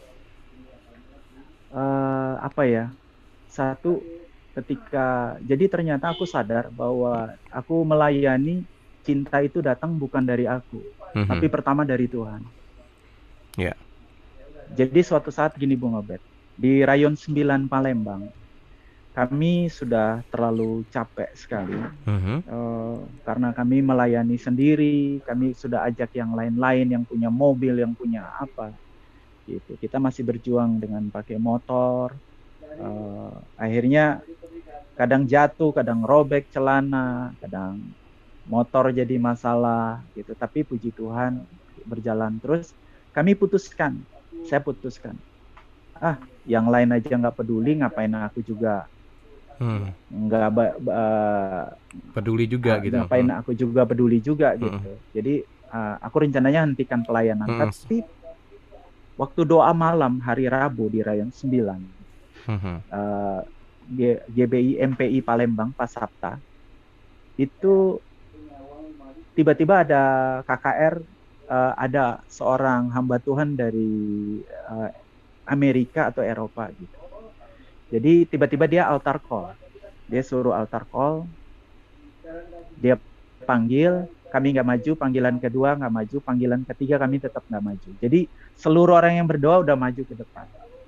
F: eh, apa ya? Satu, ketika jadi ternyata aku sadar bahwa aku melayani, cinta itu datang bukan dari aku,
B: Mhm.
F: tapi pertama dari Tuhan.
B: Ya.
F: Jadi suatu saat gini Bung Obed, di Rayon sembilan Palembang, kami sudah terlalu capek sekali.
B: Mhm.
F: Eh, karena kami melayani sendiri, kami sudah ajak yang lain-lain yang punya mobil, yang punya apa gitu. Kita masih berjuang dengan pakai motor. Eh, akhirnya kadang jatuh, kadang robek celana, kadang motor jadi masalah gitu. Tapi puji Tuhan berjalan terus. Kami putuskan, saya putuskan, ah yang lain aja nggak peduli, ngapain aku juga
B: Hmm.
F: nggak ba- ba-
B: Peduli juga
F: ah,
B: gitu.
F: ngapain
B: Hmm.
F: aku juga peduli juga
B: Hmm.
F: gitu. Jadi ah, aku rencananya hentikan pelayanan,
B: Hmm.
F: tapi waktu doa malam hari Rabu di Rayon sembilan,
B: Mhm.
F: eh, G- GBI M P I Palembang pas Sabta, itu tiba-tiba ada K K R, eh, ada seorang hamba Tuhan dari eh, Amerika atau Eropa gitu. Jadi tiba-tiba dia altar call, dia suruh altar call, dia panggil, kami nggak maju, panggilan kedua nggak maju, panggilan ketiga kami tetap nggak maju. Jadi seluruh orang yang berdoa udah maju ke depan.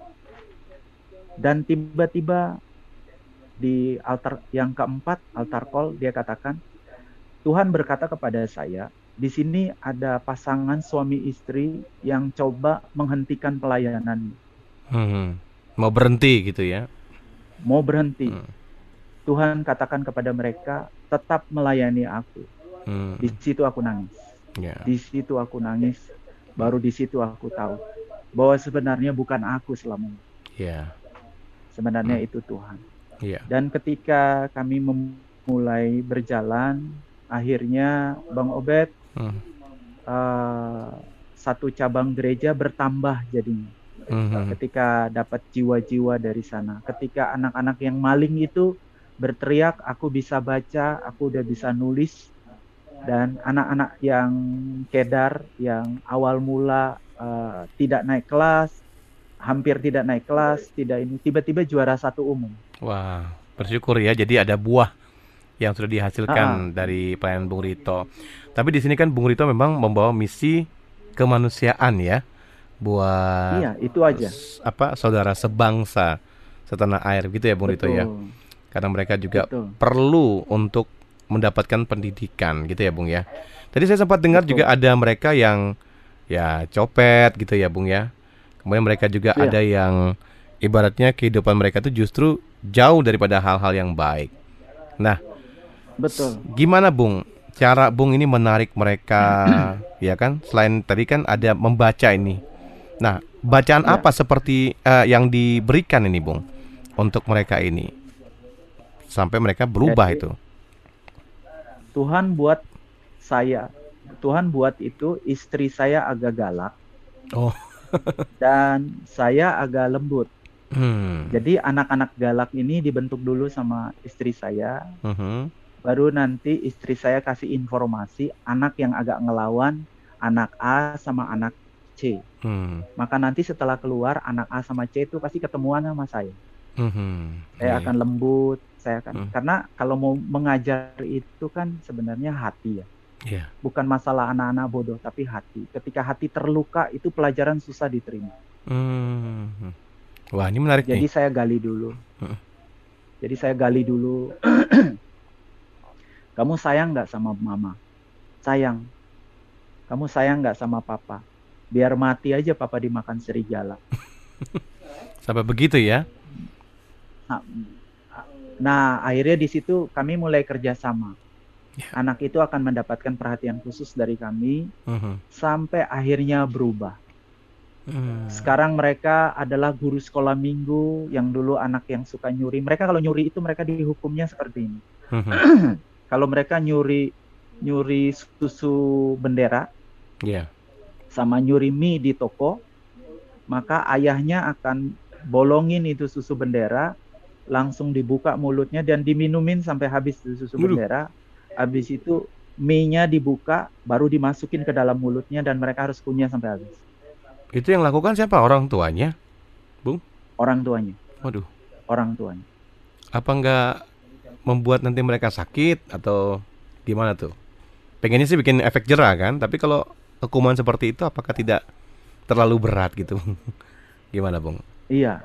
F: Dan tiba-tiba di altar yang keempat, altar call, dia katakan, Tuhan berkata kepada saya, di sini ada pasangan suami istri yang coba menghentikan pelayanan,
B: Mhm. Mau berhenti gitu ya.
F: mau berhenti.
B: Hmm.
F: Tuhan katakan kepada mereka, tetap melayani aku.
B: Hmm.
F: Di situ aku nangis.
B: Ya.
F: Di situ aku nangis. Baru di situ aku tahu bahwa sebenarnya bukan aku selamanya.
B: Ya.
F: Sebenarnya
B: Hmm.
F: itu Tuhan.
B: Iya.
F: Dan ketika kami memulai berjalan, akhirnya Bang Obed,
B: Hmm.
F: eh, satu cabang gereja bertambah jadinya.
B: Mhm.
F: Ketika dapat jiwa-jiwa dari sana, ketika anak-anak yang maling itu berteriak, aku bisa baca, aku udah bisa nulis, dan anak-anak yang kedar, yang awal mula eh, tidak naik kelas, hampir tidak naik kelas, tidak ini, tiba-tiba juara satu umum.
B: Wah, bersyukur ya. Jadi ada buah yang sudah dihasilkan
F: Ah, ah.
B: dari pelayanan Bung Rito. Tapi di sini kan Bung Rito memang membawa misi kemanusiaan ya, buat
F: Iya, itu aja.
B: s- apa saudara sebangsa setanah air gitu ya Bung Rito ya.
F: Betul.
B: Karena mereka juga
F: Betul.
B: perlu untuk mendapatkan pendidikan gitu ya Bung ya. Tadi saya sempat dengar
F: Betul.
B: juga ada mereka yang ya copet gitu ya Bung ya. Kemudian mereka juga
F: Iya.
B: ada yang ibaratnya kehidupan mereka itu justru jauh daripada hal-hal yang baik. Nah,
F: Betul.
B: gimana Bung cara Bung ini menarik mereka ya kan? Selain tadi kan ada membaca ini. Nah, bacaan
F: Ya.
B: apa seperti eh, yang diberikan ini Bung untuk mereka ini sampai mereka berubah
F: Jadi,
B: itu?
F: Tuhan buat saya, Tuhan buat itu istri saya agak galak
B: Oh.
F: dan saya agak lembut.
B: Hmm.
F: Jadi anak-anak galak ini dibentuk dulu sama istri saya,
B: Mhm.
F: baru nanti istri saya kasih informasi anak yang agak ngelawan, anak A sama anak C.
B: Hmm.
F: Maka nanti setelah keluar anak A sama C itu pasti ketemuan sama saya.
B: Mhm.
F: Saya
B: Iya,
F: akan lembut, saya akan
B: Hmm.
F: karena kalau mau mengajar itu kan sebenarnya hati ya.
B: iya.
F: Bukan masalah anak-anak bodoh, tapi hati. Ketika hati terluka, itu pelajaran susah diterima.
B: Hmm. Wah, ini menarik
F: Jadi
B: nih.
F: saya gali dulu.
B: Heeh.
F: Jadi saya gali dulu. Kamu sayang nggak sama mama? Sayang. Kamu sayang nggak sama papa? Biar mati aja papa dimakan serigala.
B: Sampai begitu ya?
F: Nah, nah, akhirnya di situ kami mulai kerjasama.
B: Ya.
F: Anak itu akan mendapatkan perhatian khusus dari kami
B: Mhm.
F: sampai akhirnya berubah.
B: Hmm.
F: Sekarang mereka adalah guru sekolah minggu yang dulu anak yang suka nyuri. Mereka kalau nyuri itu mereka dihukumnya seperti ini.
B: Mhm.
F: Kalau mereka nyuri nyuri susu bendera
B: Iya.
F: sama nyuri mie di toko, maka ayahnya akan bolongin itu susu bendera, langsung dibuka mulutnya dan diminumin sampai habis itu susu
B: Waduh.
F: bendera. Habis itu mie-nya dibuka, baru dimasukin ke dalam mulutnya dan mereka harus kunyah sampai habis.
B: Itu yang lakukan siapa? Orang tuanya, Bung?
F: Orang tuanya.
B: Waduh.
F: Orang tuanya.
B: Apa nggak membuat nanti mereka sakit atau gimana tuh? Pengennya sih bikin efek jerah kan, tapi kalau hukuman seperti itu apakah tidak terlalu berat gitu? Gimana, Bung?
F: Iya.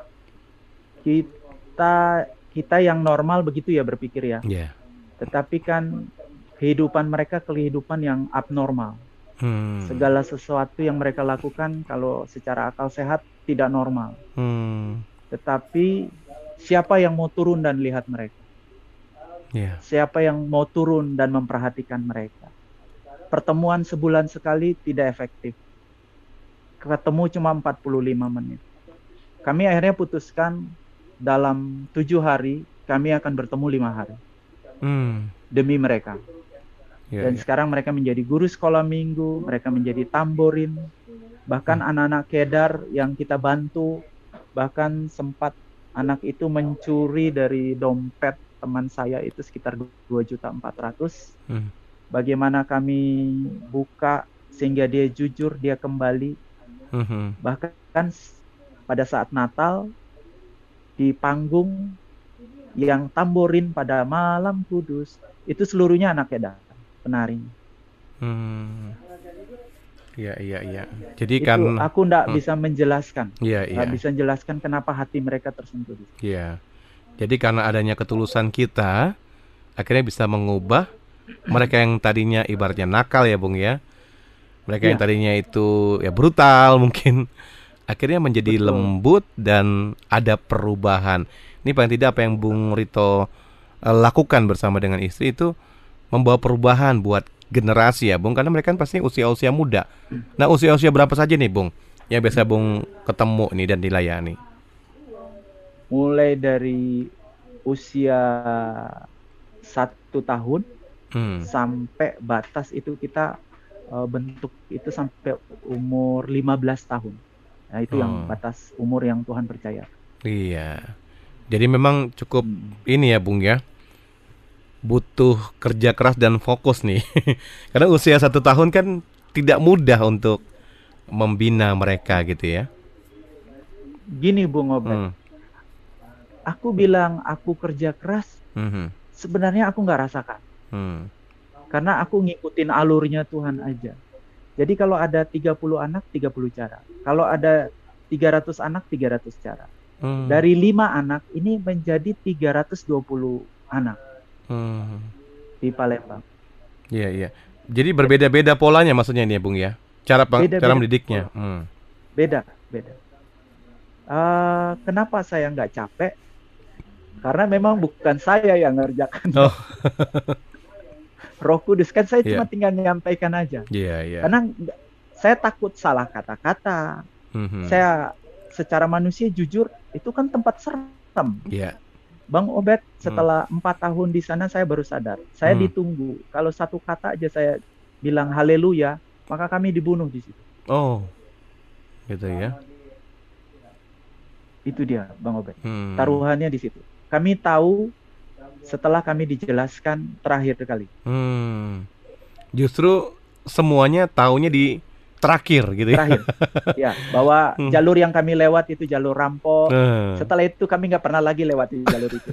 F: Kita kita yang normal begitu ya berpikir ya.
B: Iya. Yeah.
F: Tetapi kan kehidupan mereka kehidupan yang abnormal.
B: Hmm.
F: Segala sesuatu yang mereka lakukan kalau secara akal sehat tidak normal.
B: Hmm.
F: Tetapi siapa yang mau turun dan lihat mereka?
B: Yeah.
F: Siapa yang mau turun dan memperhatikan mereka? Pertemuan sebulan sekali tidak efektif. Ketemu cuma empat puluh lima menit. Kami akhirnya putuskan dalam tujuh hari kami akan bertemu lima hari.
B: Hmm.
F: Demi mereka.
B: Yeah,
F: Dan
B: yeah.
F: sekarang mereka menjadi guru sekolah minggu, mereka menjadi tamborin, bahkan
B: Hmm.
F: anak-anak kedar yang kita bantu, bahkan sempat anak itu mencuri dari dompet teman saya itu sekitar dua juta empat ratus.
B: Hmm.
F: Bagaimana kami buka sehingga dia jujur, dia kembali.
B: Hmm.
F: Bahkan pada saat Natal di panggung yang tamborin pada malam kudus itu seluruhnya anak kedar, penari.
B: Hmm. Iya, iya, iya. Jadi
F: Itu
B: kan
F: aku ndak
B: hmm.
F: bisa menjelaskan.
B: Iya, iya.
F: Nggak bisa menjelaskan kenapa hati mereka tersentuh.
B: Iya. Jadi karena adanya ketulusan kita, akhirnya bisa mengubah mereka yang tadinya ibaratnya nakal ya, Bung ya. Mereka
F: Iya.
B: yang tadinya itu ya brutal mungkin, akhirnya menjadi
F: Betul.
B: lembut dan ada perubahan. Ini paling tidak apa yang Bung Rito eh, lakukan bersama dengan istri itu membawa perubahan buat generasi ya, Bung, karena mereka kan pasti usia-usia muda. Nah, usia-usia berapa saja nih, Bung, yang biasa Bung ketemu nih dan dilayani?
F: Mulai dari usia satu tahun
B: Hmm.
F: sampai batas itu kita uh, bentuk itu sampai umur lima belas tahun. Nah, itu yang
B: Oh.
F: batas umur yang Tuhan percaya.
B: Iya. Jadi memang cukup ini ya, Bung ya. Butuh kerja keras dan fokus nih. Karena usia satu tahun kan tidak mudah untuk membina mereka gitu ya.
F: Gini Bung Obed,
B: Hmm.
F: aku bilang aku kerja keras,
B: Mhm.
F: sebenarnya aku nggak rasakan.
B: Hmm.
F: Karena aku ngikutin alurnya Tuhan aja. Jadi kalau ada tiga puluh anak, tiga puluh cara. Kalau ada tiga ratus anak, tiga ratus cara.
B: Hmm.
F: Dari lima anak, ini menjadi tiga ratus dua puluh anak
B: Hmm.
F: di Palembang.
B: Iya, iya. Jadi berbeda-beda polanya maksudnya ini ya, Bung ya. Cara pa-
F: Beda-beda
B: cara mendidiknya. Hmm.
F: Beda, beda. Eh, kenapa saya nggak capek? Karena memang bukan saya yang ngerjakan.
B: Oh.
F: Roh Kudus, kan saya
B: Iya.
F: cuma tinggal menyampaikan aja.
B: Iya, iya.
F: Karena nggak- saya takut salah kata-kata.
B: Mhm.
F: Saya secara manusia jujur, itu kan tempat serem.
B: Iya.
F: Bang Obed, setelah empat tahun di sana saya baru sadar. Saya
B: Hmm.
F: ditunggu. Kalau satu kata aja saya bilang haleluya, maka kami dibunuh di situ.
B: Oh. Gitu ya.
F: Itu dia, Bang Obed.
B: Hmm.
F: Taruhannya di situ. Kami tahu setelah kami dijelaskan terakhir kali.
B: Hmm. Justru semuanya taunya di terakhir gitu ya.
F: Terakhir. Ya, bahwa
B: Hmm.
F: jalur yang kami lewat itu jalur rampok.
B: Nah.
F: Setelah itu kami nggak pernah lagi lewat di jalur itu.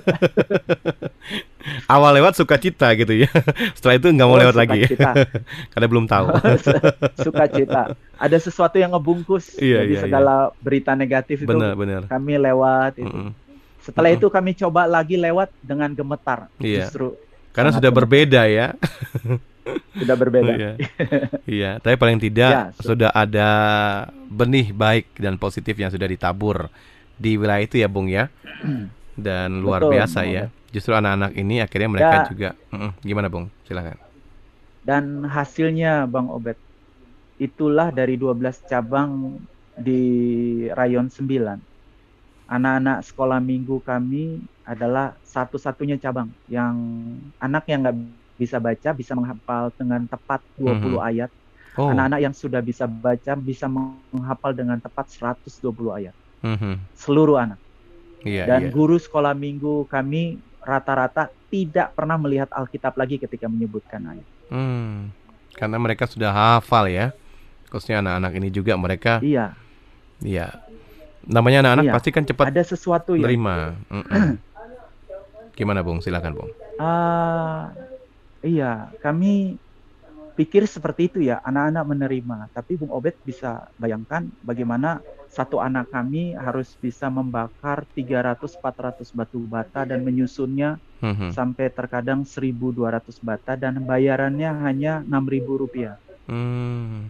B: Awal lewat sukacita gitu ya. Setelah itu nggak mau
F: Oh,
B: lewat lagi.
F: sukacita.
B: Karena belum tahu.
F: Sukacita. Ada sesuatu yang ngebungkus.
B: Iya,
F: Jadi
B: iya,
F: segala berita negatif itu
B: Benar, benar.
F: kami lewat itu.
B: Mm-mm.
F: Setelah
B: Mm-mm.
F: itu kami coba lagi lewat dengan gemetar.
B: Iya.
F: Justru
B: Karena
F: sangat
B: sudah
F: gemetar.
B: berbeda ya.
F: Sudah berbeda.
B: Iya. Iya, tapi paling tidak
F: Ya, su-
B: sudah ada benih baik dan positif yang sudah ditabur di wilayah itu ya, Bung ya. Dan luar
F: Betul,
B: biasa
F: Bung
B: ya.
F: Obed.
B: Justru anak-anak ini akhirnya mereka
F: Ya.
B: juga Mm-mm. Gimana, Bung? Silakan.
F: Dan hasilnya Bang Obed, itulah dari dua belas cabang di Rayon sembilan. Anak-anak sekolah minggu kami adalah satu-satunya cabang yang anak yang nggak bisa baca bisa menghafal dengan tepat dua puluh
B: Mhm.
F: ayat.
B: Oh.
F: Anak-anak yang sudah bisa baca bisa menghafal dengan tepat seratus dua puluh ayat.
B: Mhm.
F: Seluruh anak.
B: Iya,
F: Dan
B: iya.
F: guru sekolah minggu kami rata-rata tidak pernah melihat Alkitab lagi ketika menyebutkan ayat.
B: Hmm, karena mereka sudah hafal ya, khususnya anak-anak ini juga mereka.
F: Iya.
B: Iya. Namanya anak-anak
F: Iya.
B: pasti kan cepat
F: Ada sesuatu ya.
B: menerima. Mm-mm. Gimana Bung? Silakan Bung.
F: Ah, iya, kami pikir seperti itu ya, anak-anak menerima. Tapi Bung Obed bisa bayangkan bagaimana satu anak kami harus bisa membakar tiga ratus sampai empat ratus batu bata dan menyusunnya
B: Mhm.
F: sampai terkadang seribu dua ratus bata dan bayarannya hanya enam ribu rupiah.
B: Hmm.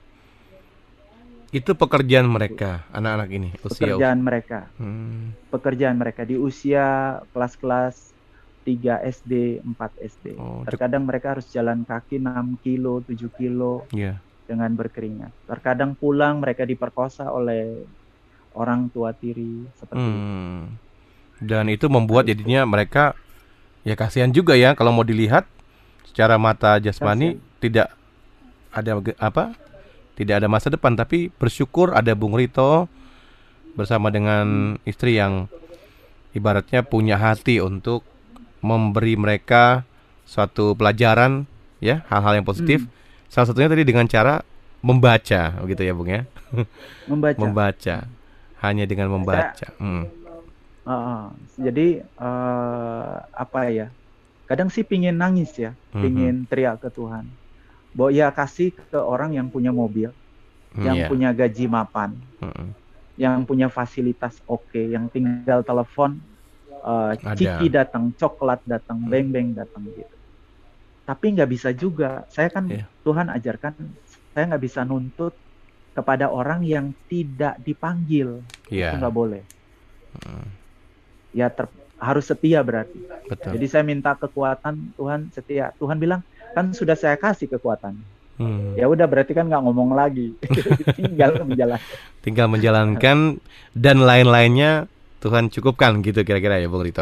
B: Itu pekerjaan mereka, anak-anak ini, usia
F: Pekerjaan mereka.
B: Hmm.
F: Pekerjaan mereka di usia kelas-kelas tiga S D, empat S D.
B: Oh,
F: Terkadang mereka harus jalan kaki enam kilo, tujuh kilo
B: Iya.
F: dengan berkeringat. Terkadang pulang mereka diperkosa oleh orang tua tiri seperti itu.
B: Hmm. Dan itu membuat jadinya mereka ya kasihan juga ya kalau mau dilihat secara mata jasmani tidak ada ge- apa? Tidak ada masa depan, tapi bersyukur ada Bung Rito bersama dengan istri yang ibaratnya punya hati untuk memberi mereka suatu pelajaran ya, hal-hal yang positif.
F: Hmm.
B: Salah satunya tadi dengan cara membaca, begitu ya Bung ya.
F: Membaca.
B: Membaca. Hanya dengan membaca. Hmm.
F: Uh, jadi uh, apa ya? Kadang sih pingin nangis ya,
B: Mhm.
F: pingin teriak ke Tuhan. Bahwa ya kasih ke orang yang punya mobil,
B: Hmm,
F: yang
B: iya.
F: punya gaji mapan,
B: Mm-mm.
F: yang punya fasilitas oke, yang tinggal telepon, uh,
B: Ada.
F: ciki datang, coklat datang, beng-beng datang gitu. Tapi nggak bisa juga. Saya kan
B: Iya.
F: Tuhan ajarkan, saya nggak bisa nuntut kepada orang yang tidak dipanggil.
B: Iya.
F: Itu nggak boleh.
B: Mm.
F: Ya ter- harus setia berarti.
B: Betul.
F: Jadi saya minta kekuatan, Tuhan setia. Tuhan bilang kan sudah saya kasih kekuatan.
B: Hmm.
F: Ya udah berarti kan nggak ngomong lagi, tinggal menjalankan.
B: Tinggal menjalankan dan lain-lainnya Tuhan cukupkan gitu kira-kira ya Bung Rito.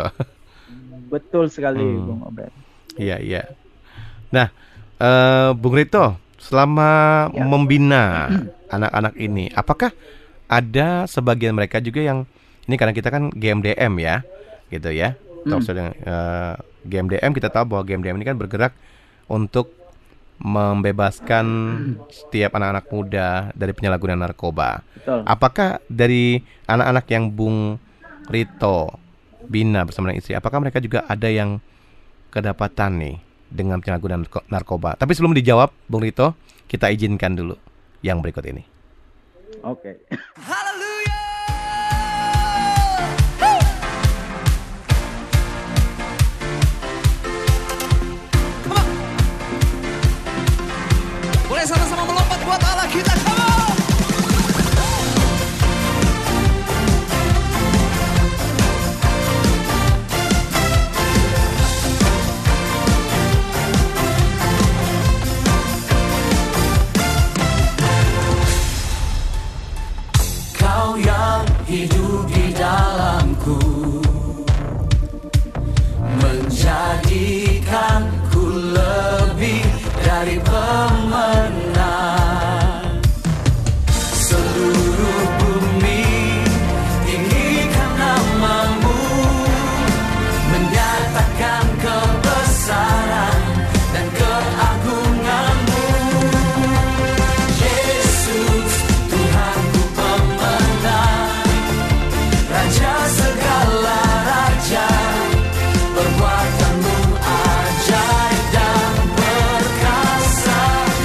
F: Betul sekali,
B: Hmm.
F: Bung Obed.
B: Iya, iya. Nah, eh, Bung Rito, selama
F: Ya.
B: membina anak-anak ini, apakah ada sebagian mereka juga yang ini karena kita kan G M D M ya, gitu ya. Talk show dengan, eh, G M D M, kita tahu bahwa G M D M ini kan bergerak untuk membebaskan setiap anak-anak muda dari penyalahgunaan narkoba.
F: Betul.
B: Apakah dari anak-anak yang Bung Rito bina bersama dengan istri, apakah mereka juga ada yang kedapatan nih dengan penyalahgunaan narko- narkoba? Tapi sebelum dijawab, Bung Rito, kita izinkan dulu yang berikut ini.
F: Oke.
C: Boleh sama-sama melompat buat Allah kita, come on! Kau yang hidup di dalamku, menjadikanku lebih dari pemenang. Seluruh bumi tinggikan namamu, menyatakan kebesaran dan keagunganmu. Yesus, Tuhanku pemenang, Raja segala raja, perbuatanmu ajaib dan perkasa.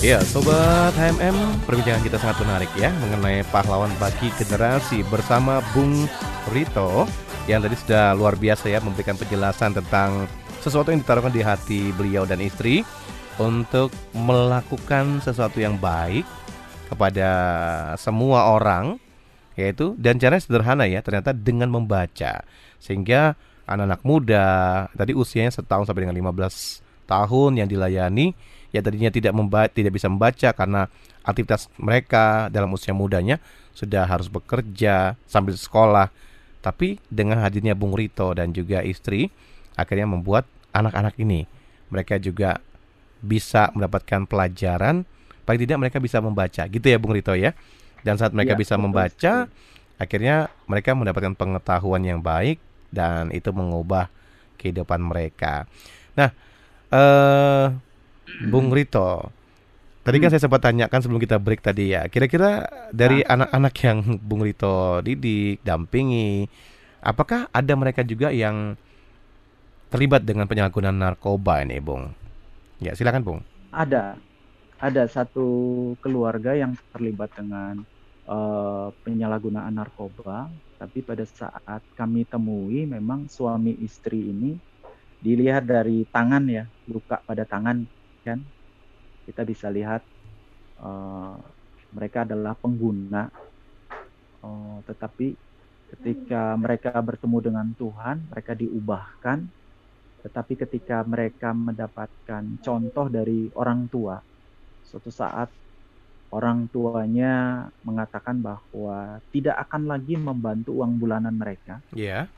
B: Ya, Sobat H M M, perbincangan kita sangat menarik ya mengenai pahlawan bagi generasi bersama Bung Rito yang tadi sudah luar biasa ya memberikan penjelasan tentang sesuatu yang ditaruhkan di hati beliau dan istri untuk melakukan sesuatu yang baik kepada semua orang, yaitu dan caranya sederhana ya, ternyata dengan membaca. Sehingga anak-anak muda tadi usianya setahun sampai dengan lima belas tahun yang dilayani, yang tadinya tidak membaca, tidak bisa membaca karena aktivitas mereka dalam usia mudanya sudah harus bekerja sambil sekolah. Tapi dengan hadirnya Bung Rito dan juga istri, akhirnya membuat anak-anak ini mereka juga bisa mendapatkan pelajaran, paling tidak mereka bisa membaca, gitu ya Bung Rito ya. Dan saat mereka
F: Ya,
B: bisa
F: betul
B: membaca,
F: sekali.
B: akhirnya mereka mendapatkan pengetahuan yang baik dan itu mengubah kehidupan mereka. Nah, eh Bung Rito, tadi kan saya sempat tanyakan sebelum kita break tadi ya, kira-kira dari anak-anak yang Bung Rito didik, dampingi, apakah ada mereka juga yang terlibat dengan penyalahgunaan narkoba ini, Bung? Ya, silakan, Bung.
F: Ada, ada satu keluarga yang terlibat dengan uh, penyalahgunaan narkoba, tapi pada saat kami temui, memang suami istri ini dilihat dari tangan ya, luka pada tangan kan, kita bisa lihat uh, mereka adalah pengguna, uh, tetapi ketika mereka bertemu dengan Tuhan, mereka diubahkan. Tetapi ketika mereka mendapatkan contoh dari orang tua, suatu saat orang tuanya mengatakan bahwa tidak akan lagi membantu uang bulanan mereka.
B: Iya. Yeah.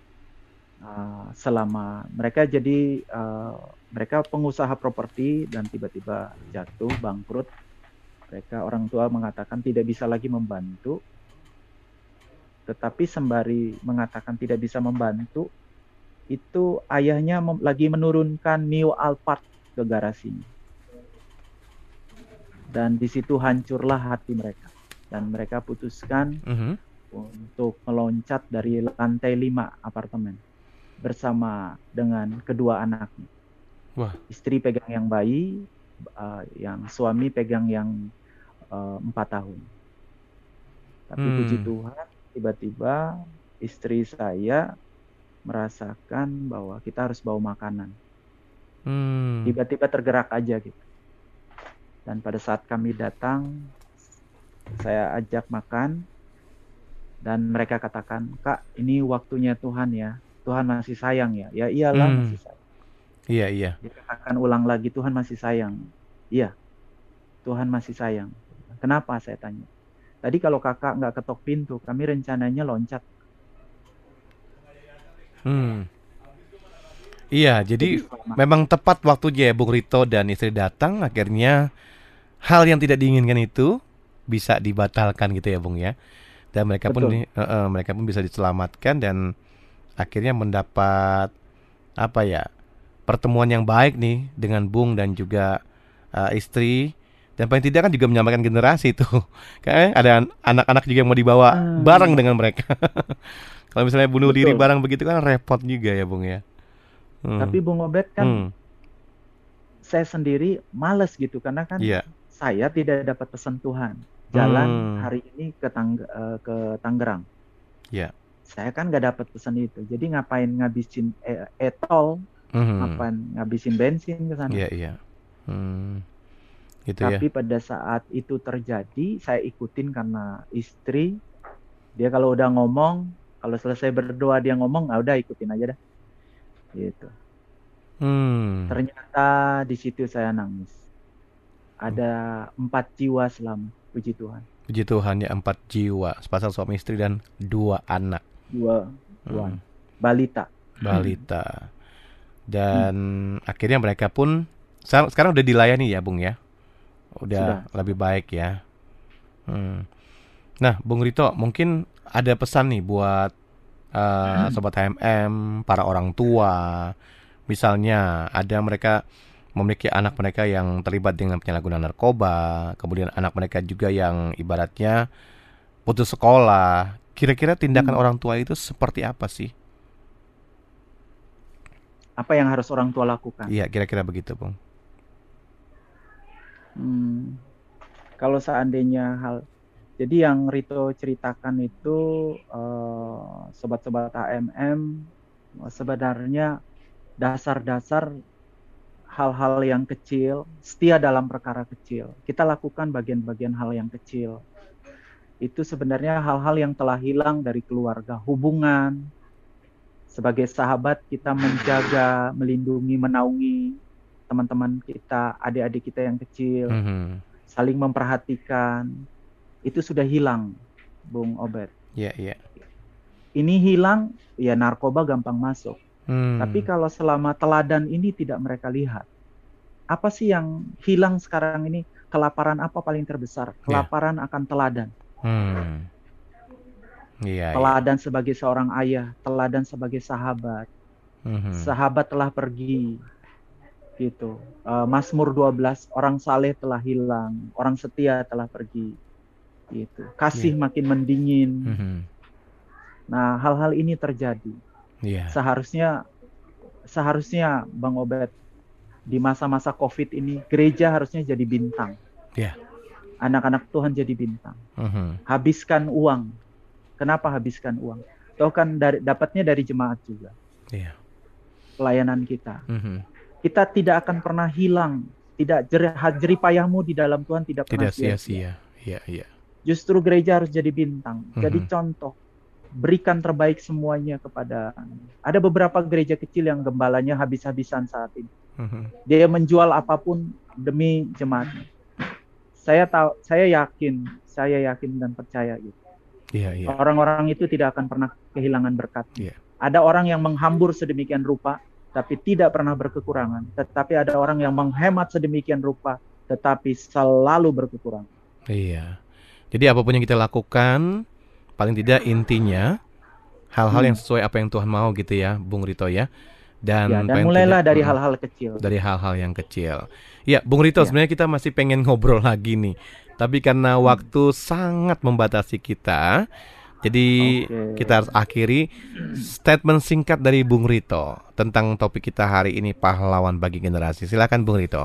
F: Uh, selama mereka jadi uh, mereka pengusaha properti dan tiba-tiba jatuh bangkrut, mereka orang tua mengatakan tidak bisa lagi membantu. Tetapi sembari mengatakan tidak bisa membantu, itu ayahnya mem- lagi menurunkan New Alphard ke garasinya. Dan di situ hancurlah hati mereka. Dan mereka putuskan
B: Mm-hmm.
F: untuk meloncat dari lantai lima apartemen bersama dengan kedua anaknya.
B: Wah.
F: Istri pegang yang bayi, uh, yang suami pegang yang uh, empat tahun. Tapi
B: Hmm.
F: puji Tuhan, tiba-tiba istri saya merasakan bahwa kita harus bawa makanan.
B: Hmm.
F: Tiba-tiba tergerak aja gitu. Dan pada saat kami datang, saya ajak makan, dan mereka katakan, "Kak, ini waktunya Tuhan ya. Tuhan masih sayang ya." Ya iyalah,
B: Hmm.
F: masih sayang.
B: Iya, iya.
F: Dikatakan ulang lagi, Tuhan masih sayang. Iya, Tuhan masih sayang. Kenapa, saya tanya. Tadi kalau kakak nggak ketok pintu, kami rencananya loncat.
B: Hmm. Iya, jadi
F: Jadi selama-
B: memang tepat waktunya ya Bung Rito dan istri datang, akhirnya hal yang tidak diinginkan itu bisa dibatalkan gitu ya Bung ya. Dan mereka pun
F: Betul.
B: di- eh, eh, mereka pun bisa diselamatkan dan akhirnya mendapat apa ya, pertemuan yang baik nih dengan Bung dan juga eh, istri, dan paling tidak kan juga menyamakan generasi itu. Kayak ada an- anak-anak juga yang mau dibawa
F: Hmm.
B: bareng dengan mereka. Kalau misalnya bunuh diri
F: Betul.
B: bareng begitu kan repot juga ya Bung ya. Hmm.
F: Tapi Bung Obed kan,
B: Hmm.
F: saya sendiri males gitu, karena kan
B: Iya.
F: saya tidak dapat pesan Tuhan. Jalan
B: Hmm.
F: hari ini ke Tang- eh, ke Tangerang.
B: Iya.
F: Saya kan nggak dapat pesan itu. Jadi ngapain ngabisin e- etol,
B: Mhm.
F: ngapain ngabisin bensin ke sana.
B: Iya, iya. Hmm. Gitu ya.
F: Tapi pada saat itu terjadi, saya ikutin karena istri, dia kalau udah ngomong, kalau selesai berdoa dia ngomong, ah udah ikutin aja dah. Gitu.
B: Hmm.
F: Ternyata di situ saya nangis. Ada empat jiwa selamat, puji Tuhan.
B: Puji Tuhan ya, empat jiwa, sepasang suami istri dan dua anak
F: Dua, dua
B: Hmm.
F: balita.
B: balita. Dan akhirnya mereka pun sekarang, sekarang udah dilayani ya Bung ya. Udah
F: Sudah.
B: lebih baik ya. Hmm. Nah, Bung Rito, mungkin ada pesan nih buat uh, sobat H M M, para orang tua. Misalnya ada mereka memiliki anak mereka yang terlibat dengan penyalahgunaan narkoba, kemudian anak mereka juga yang ibaratnya putus sekolah. Kira-kira tindakan
F: Hmm.
B: orang tua itu seperti apa sih?
F: Apa yang harus orang tua lakukan?
B: Iya, kira-kira begitu, Bung.
F: Hmm, kalau seandainya hal, jadi yang Rito ceritakan itu uh, sobat-sobat H M M sebenarnya dasar-dasar hal-hal yang kecil, setia dalam perkara kecil. Kita lakukan bagian-bagian hal yang kecil. Itu sebenarnya hal-hal yang telah hilang dari keluarga, hubungan. Sebagai sahabat kita menjaga, melindungi, menaungi teman-teman kita, adik-adik kita yang kecil. Mm-hmm. Saling memperhatikan, itu sudah hilang, Bung Obed.
B: Iya, yeah, iya. Yeah.
F: Ini hilang, ya narkoba gampang masuk. Hmm. Tapi kalau selama teladan ini tidak mereka lihat, apa sih yang hilang sekarang ini? Kelaparan apa paling terbesar? Kelaparan yeah. akan teladan. Hmm. Yeah, teladan yeah. sebagai seorang ayah, teladan sebagai sahabat. Hmm. Sahabat telah pergi. Gitu. Uh, Mazmur dua belas, orang saleh telah hilang, orang setia telah pergi. Gitu. Kasih yeah. makin mendingin. Mm-hmm. Nah, hal-hal ini terjadi. Yeah. Seharusnya, seharusnya Bang Obed, di masa-masa COVID ini, gereja harusnya jadi bintang. Yeah. Anak-anak Tuhan jadi bintang. Mm-hmm. Habiskan uang. Kenapa habiskan uang? Tahu kan dari, dapatnya dari jemaat juga. Yeah. Pelayanan kita. Mm-hmm. Kita tidak akan pernah hilang, tidak jerih payahmu di dalam Tuhan tidak pernah sia-sia.
B: Iya, iya.
F: Justru gereja harus jadi bintang, mm-hmm. jadi contoh, berikan terbaik semuanya kepada. Ada beberapa gereja kecil yang gembalanya habis-habisan saat ini. Mm-hmm. Dia menjual apapun demi jemaatnya. Saya tahu, saya yakin, saya yakin dan percaya gitu.
B: Iya, iya.
F: Orang-orang itu tidak akan pernah kehilangan berkat. Iya. Ada orang yang menghambur sedemikian rupa, tapi tidak pernah berkekurangan. Tetapi ada orang yang menghemat sedemikian rupa, tetapi selalu berkekurangan.
B: Iya. Jadi apapun yang kita lakukan, paling tidak intinya hal-hal hmm. yang sesuai apa yang Tuhan mau gitu ya, Bung Rito ya. Dan,
F: ya, dan mulailah tidak, dari hal-hal kecil.
B: Dari hal-hal yang kecil. Ya, Bung Rito, ya. Sebenarnya kita masih pengen ngobrol lagi nih. Tapi karena hmm. waktu sangat membatasi kita, jadi okay. kita harus akhiri statement singkat dari Bung Rito tentang topik kita hari ini, pahlawan bagi generasi. Silakan Bung Rito.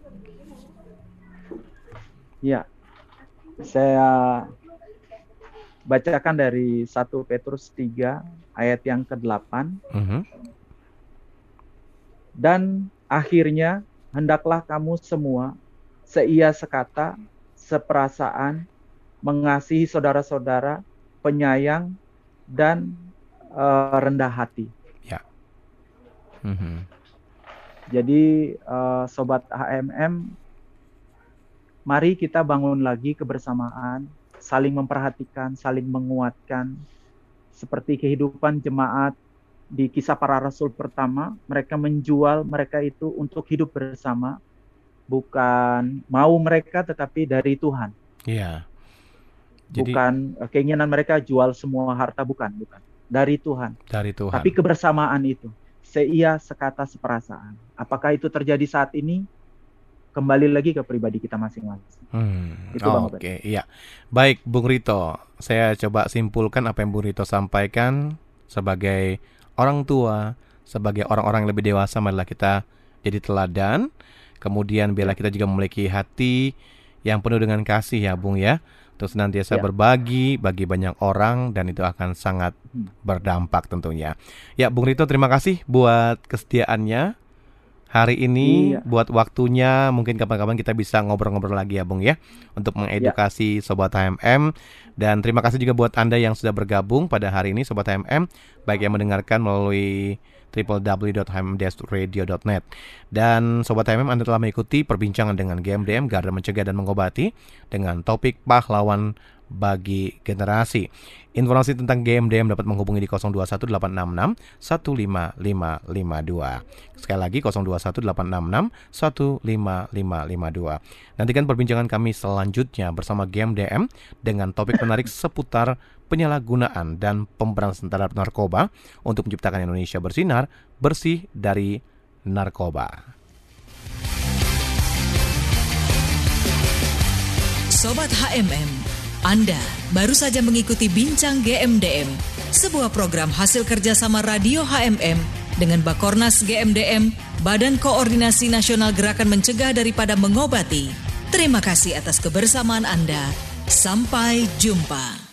F: Ya, saya bacakan dari satu Petrus tiga ayat yang kedelapan. Uh-huh. Dan akhirnya hendaklah kamu semua seia sekata, seperasaan, mengasihi saudara-saudara, penyayang dan uh, rendah hati.
B: Ya. Mm-hmm.
F: Jadi uh, sobat H M M, mari kita bangun lagi kebersamaan, saling memperhatikan, saling menguatkan, seperti kehidupan jemaat di Kisah Para Rasul pertama. Mereka menjual mereka itu untuk hidup bersama, bukan mau mereka tetapi dari Tuhan.
B: Iya.
F: Jadi, bukan keinginan mereka jual semua harta, bukan, bukan. Dari Tuhan.
B: Dari Tuhan.
F: Tapi kebersamaan itu, seia sekata seperasaan. Apakah itu terjadi saat ini? Kembali lagi ke pribadi kita masing-masing. Hmm, itu
B: oh, Oke, okay. Iya. Baik, Bung Rito. Saya coba simpulkan apa yang Bung Rito sampaikan sebagai orang tua, sebagai orang-orang yang lebih dewasa. Marilah kita jadi teladan. Kemudian biarlah kita juga memiliki hati yang penuh dengan kasih ya, Bung ya. Terus senantiasa ya. berbagi bagi banyak orang, dan itu akan sangat berdampak tentunya. Ya, Bung Rito, terima kasih buat kesetiaannya hari ini, iya. buat waktunya. Mungkin kapan-kapan kita bisa ngobrol-ngobrol lagi ya, Bung ya, untuk mengedukasi ya. Sobat H M M. Dan terima kasih juga buat Anda yang sudah bergabung pada hari ini, Sobat H M M, baik yang mendengarkan melalui w w w dot h m m dash radio dot net. Dan Sobat H M M, Anda telah mengikuti perbincangan dengan G M D M, Garda Mencegah dan Mengobati, dengan topik pahlawan bagi generasi. Informasi tentang G M D M dapat menghubungi di nol dua satu delapan enam enam satu lima lima lima dua. Sekali lagi nol dua satu delapan enam enam satu lima lima lima dua. Nantikan perbincangan kami selanjutnya bersama G M D M dengan topik menarik seputar penyalahgunaan dan pemberantasan terhadap narkoba untuk menciptakan Indonesia bersinar, bersih dari narkoba.
A: Sobat H M M, Anda baru saja mengikuti Bincang G M D M, sebuah program hasil kerjasama Radio H M M dengan Bakornas G M D M, Badan Koordinasi Nasional Gerakan Mencegah Daripada Mengobati. Terima kasih atas kebersamaan Anda. Sampai jumpa.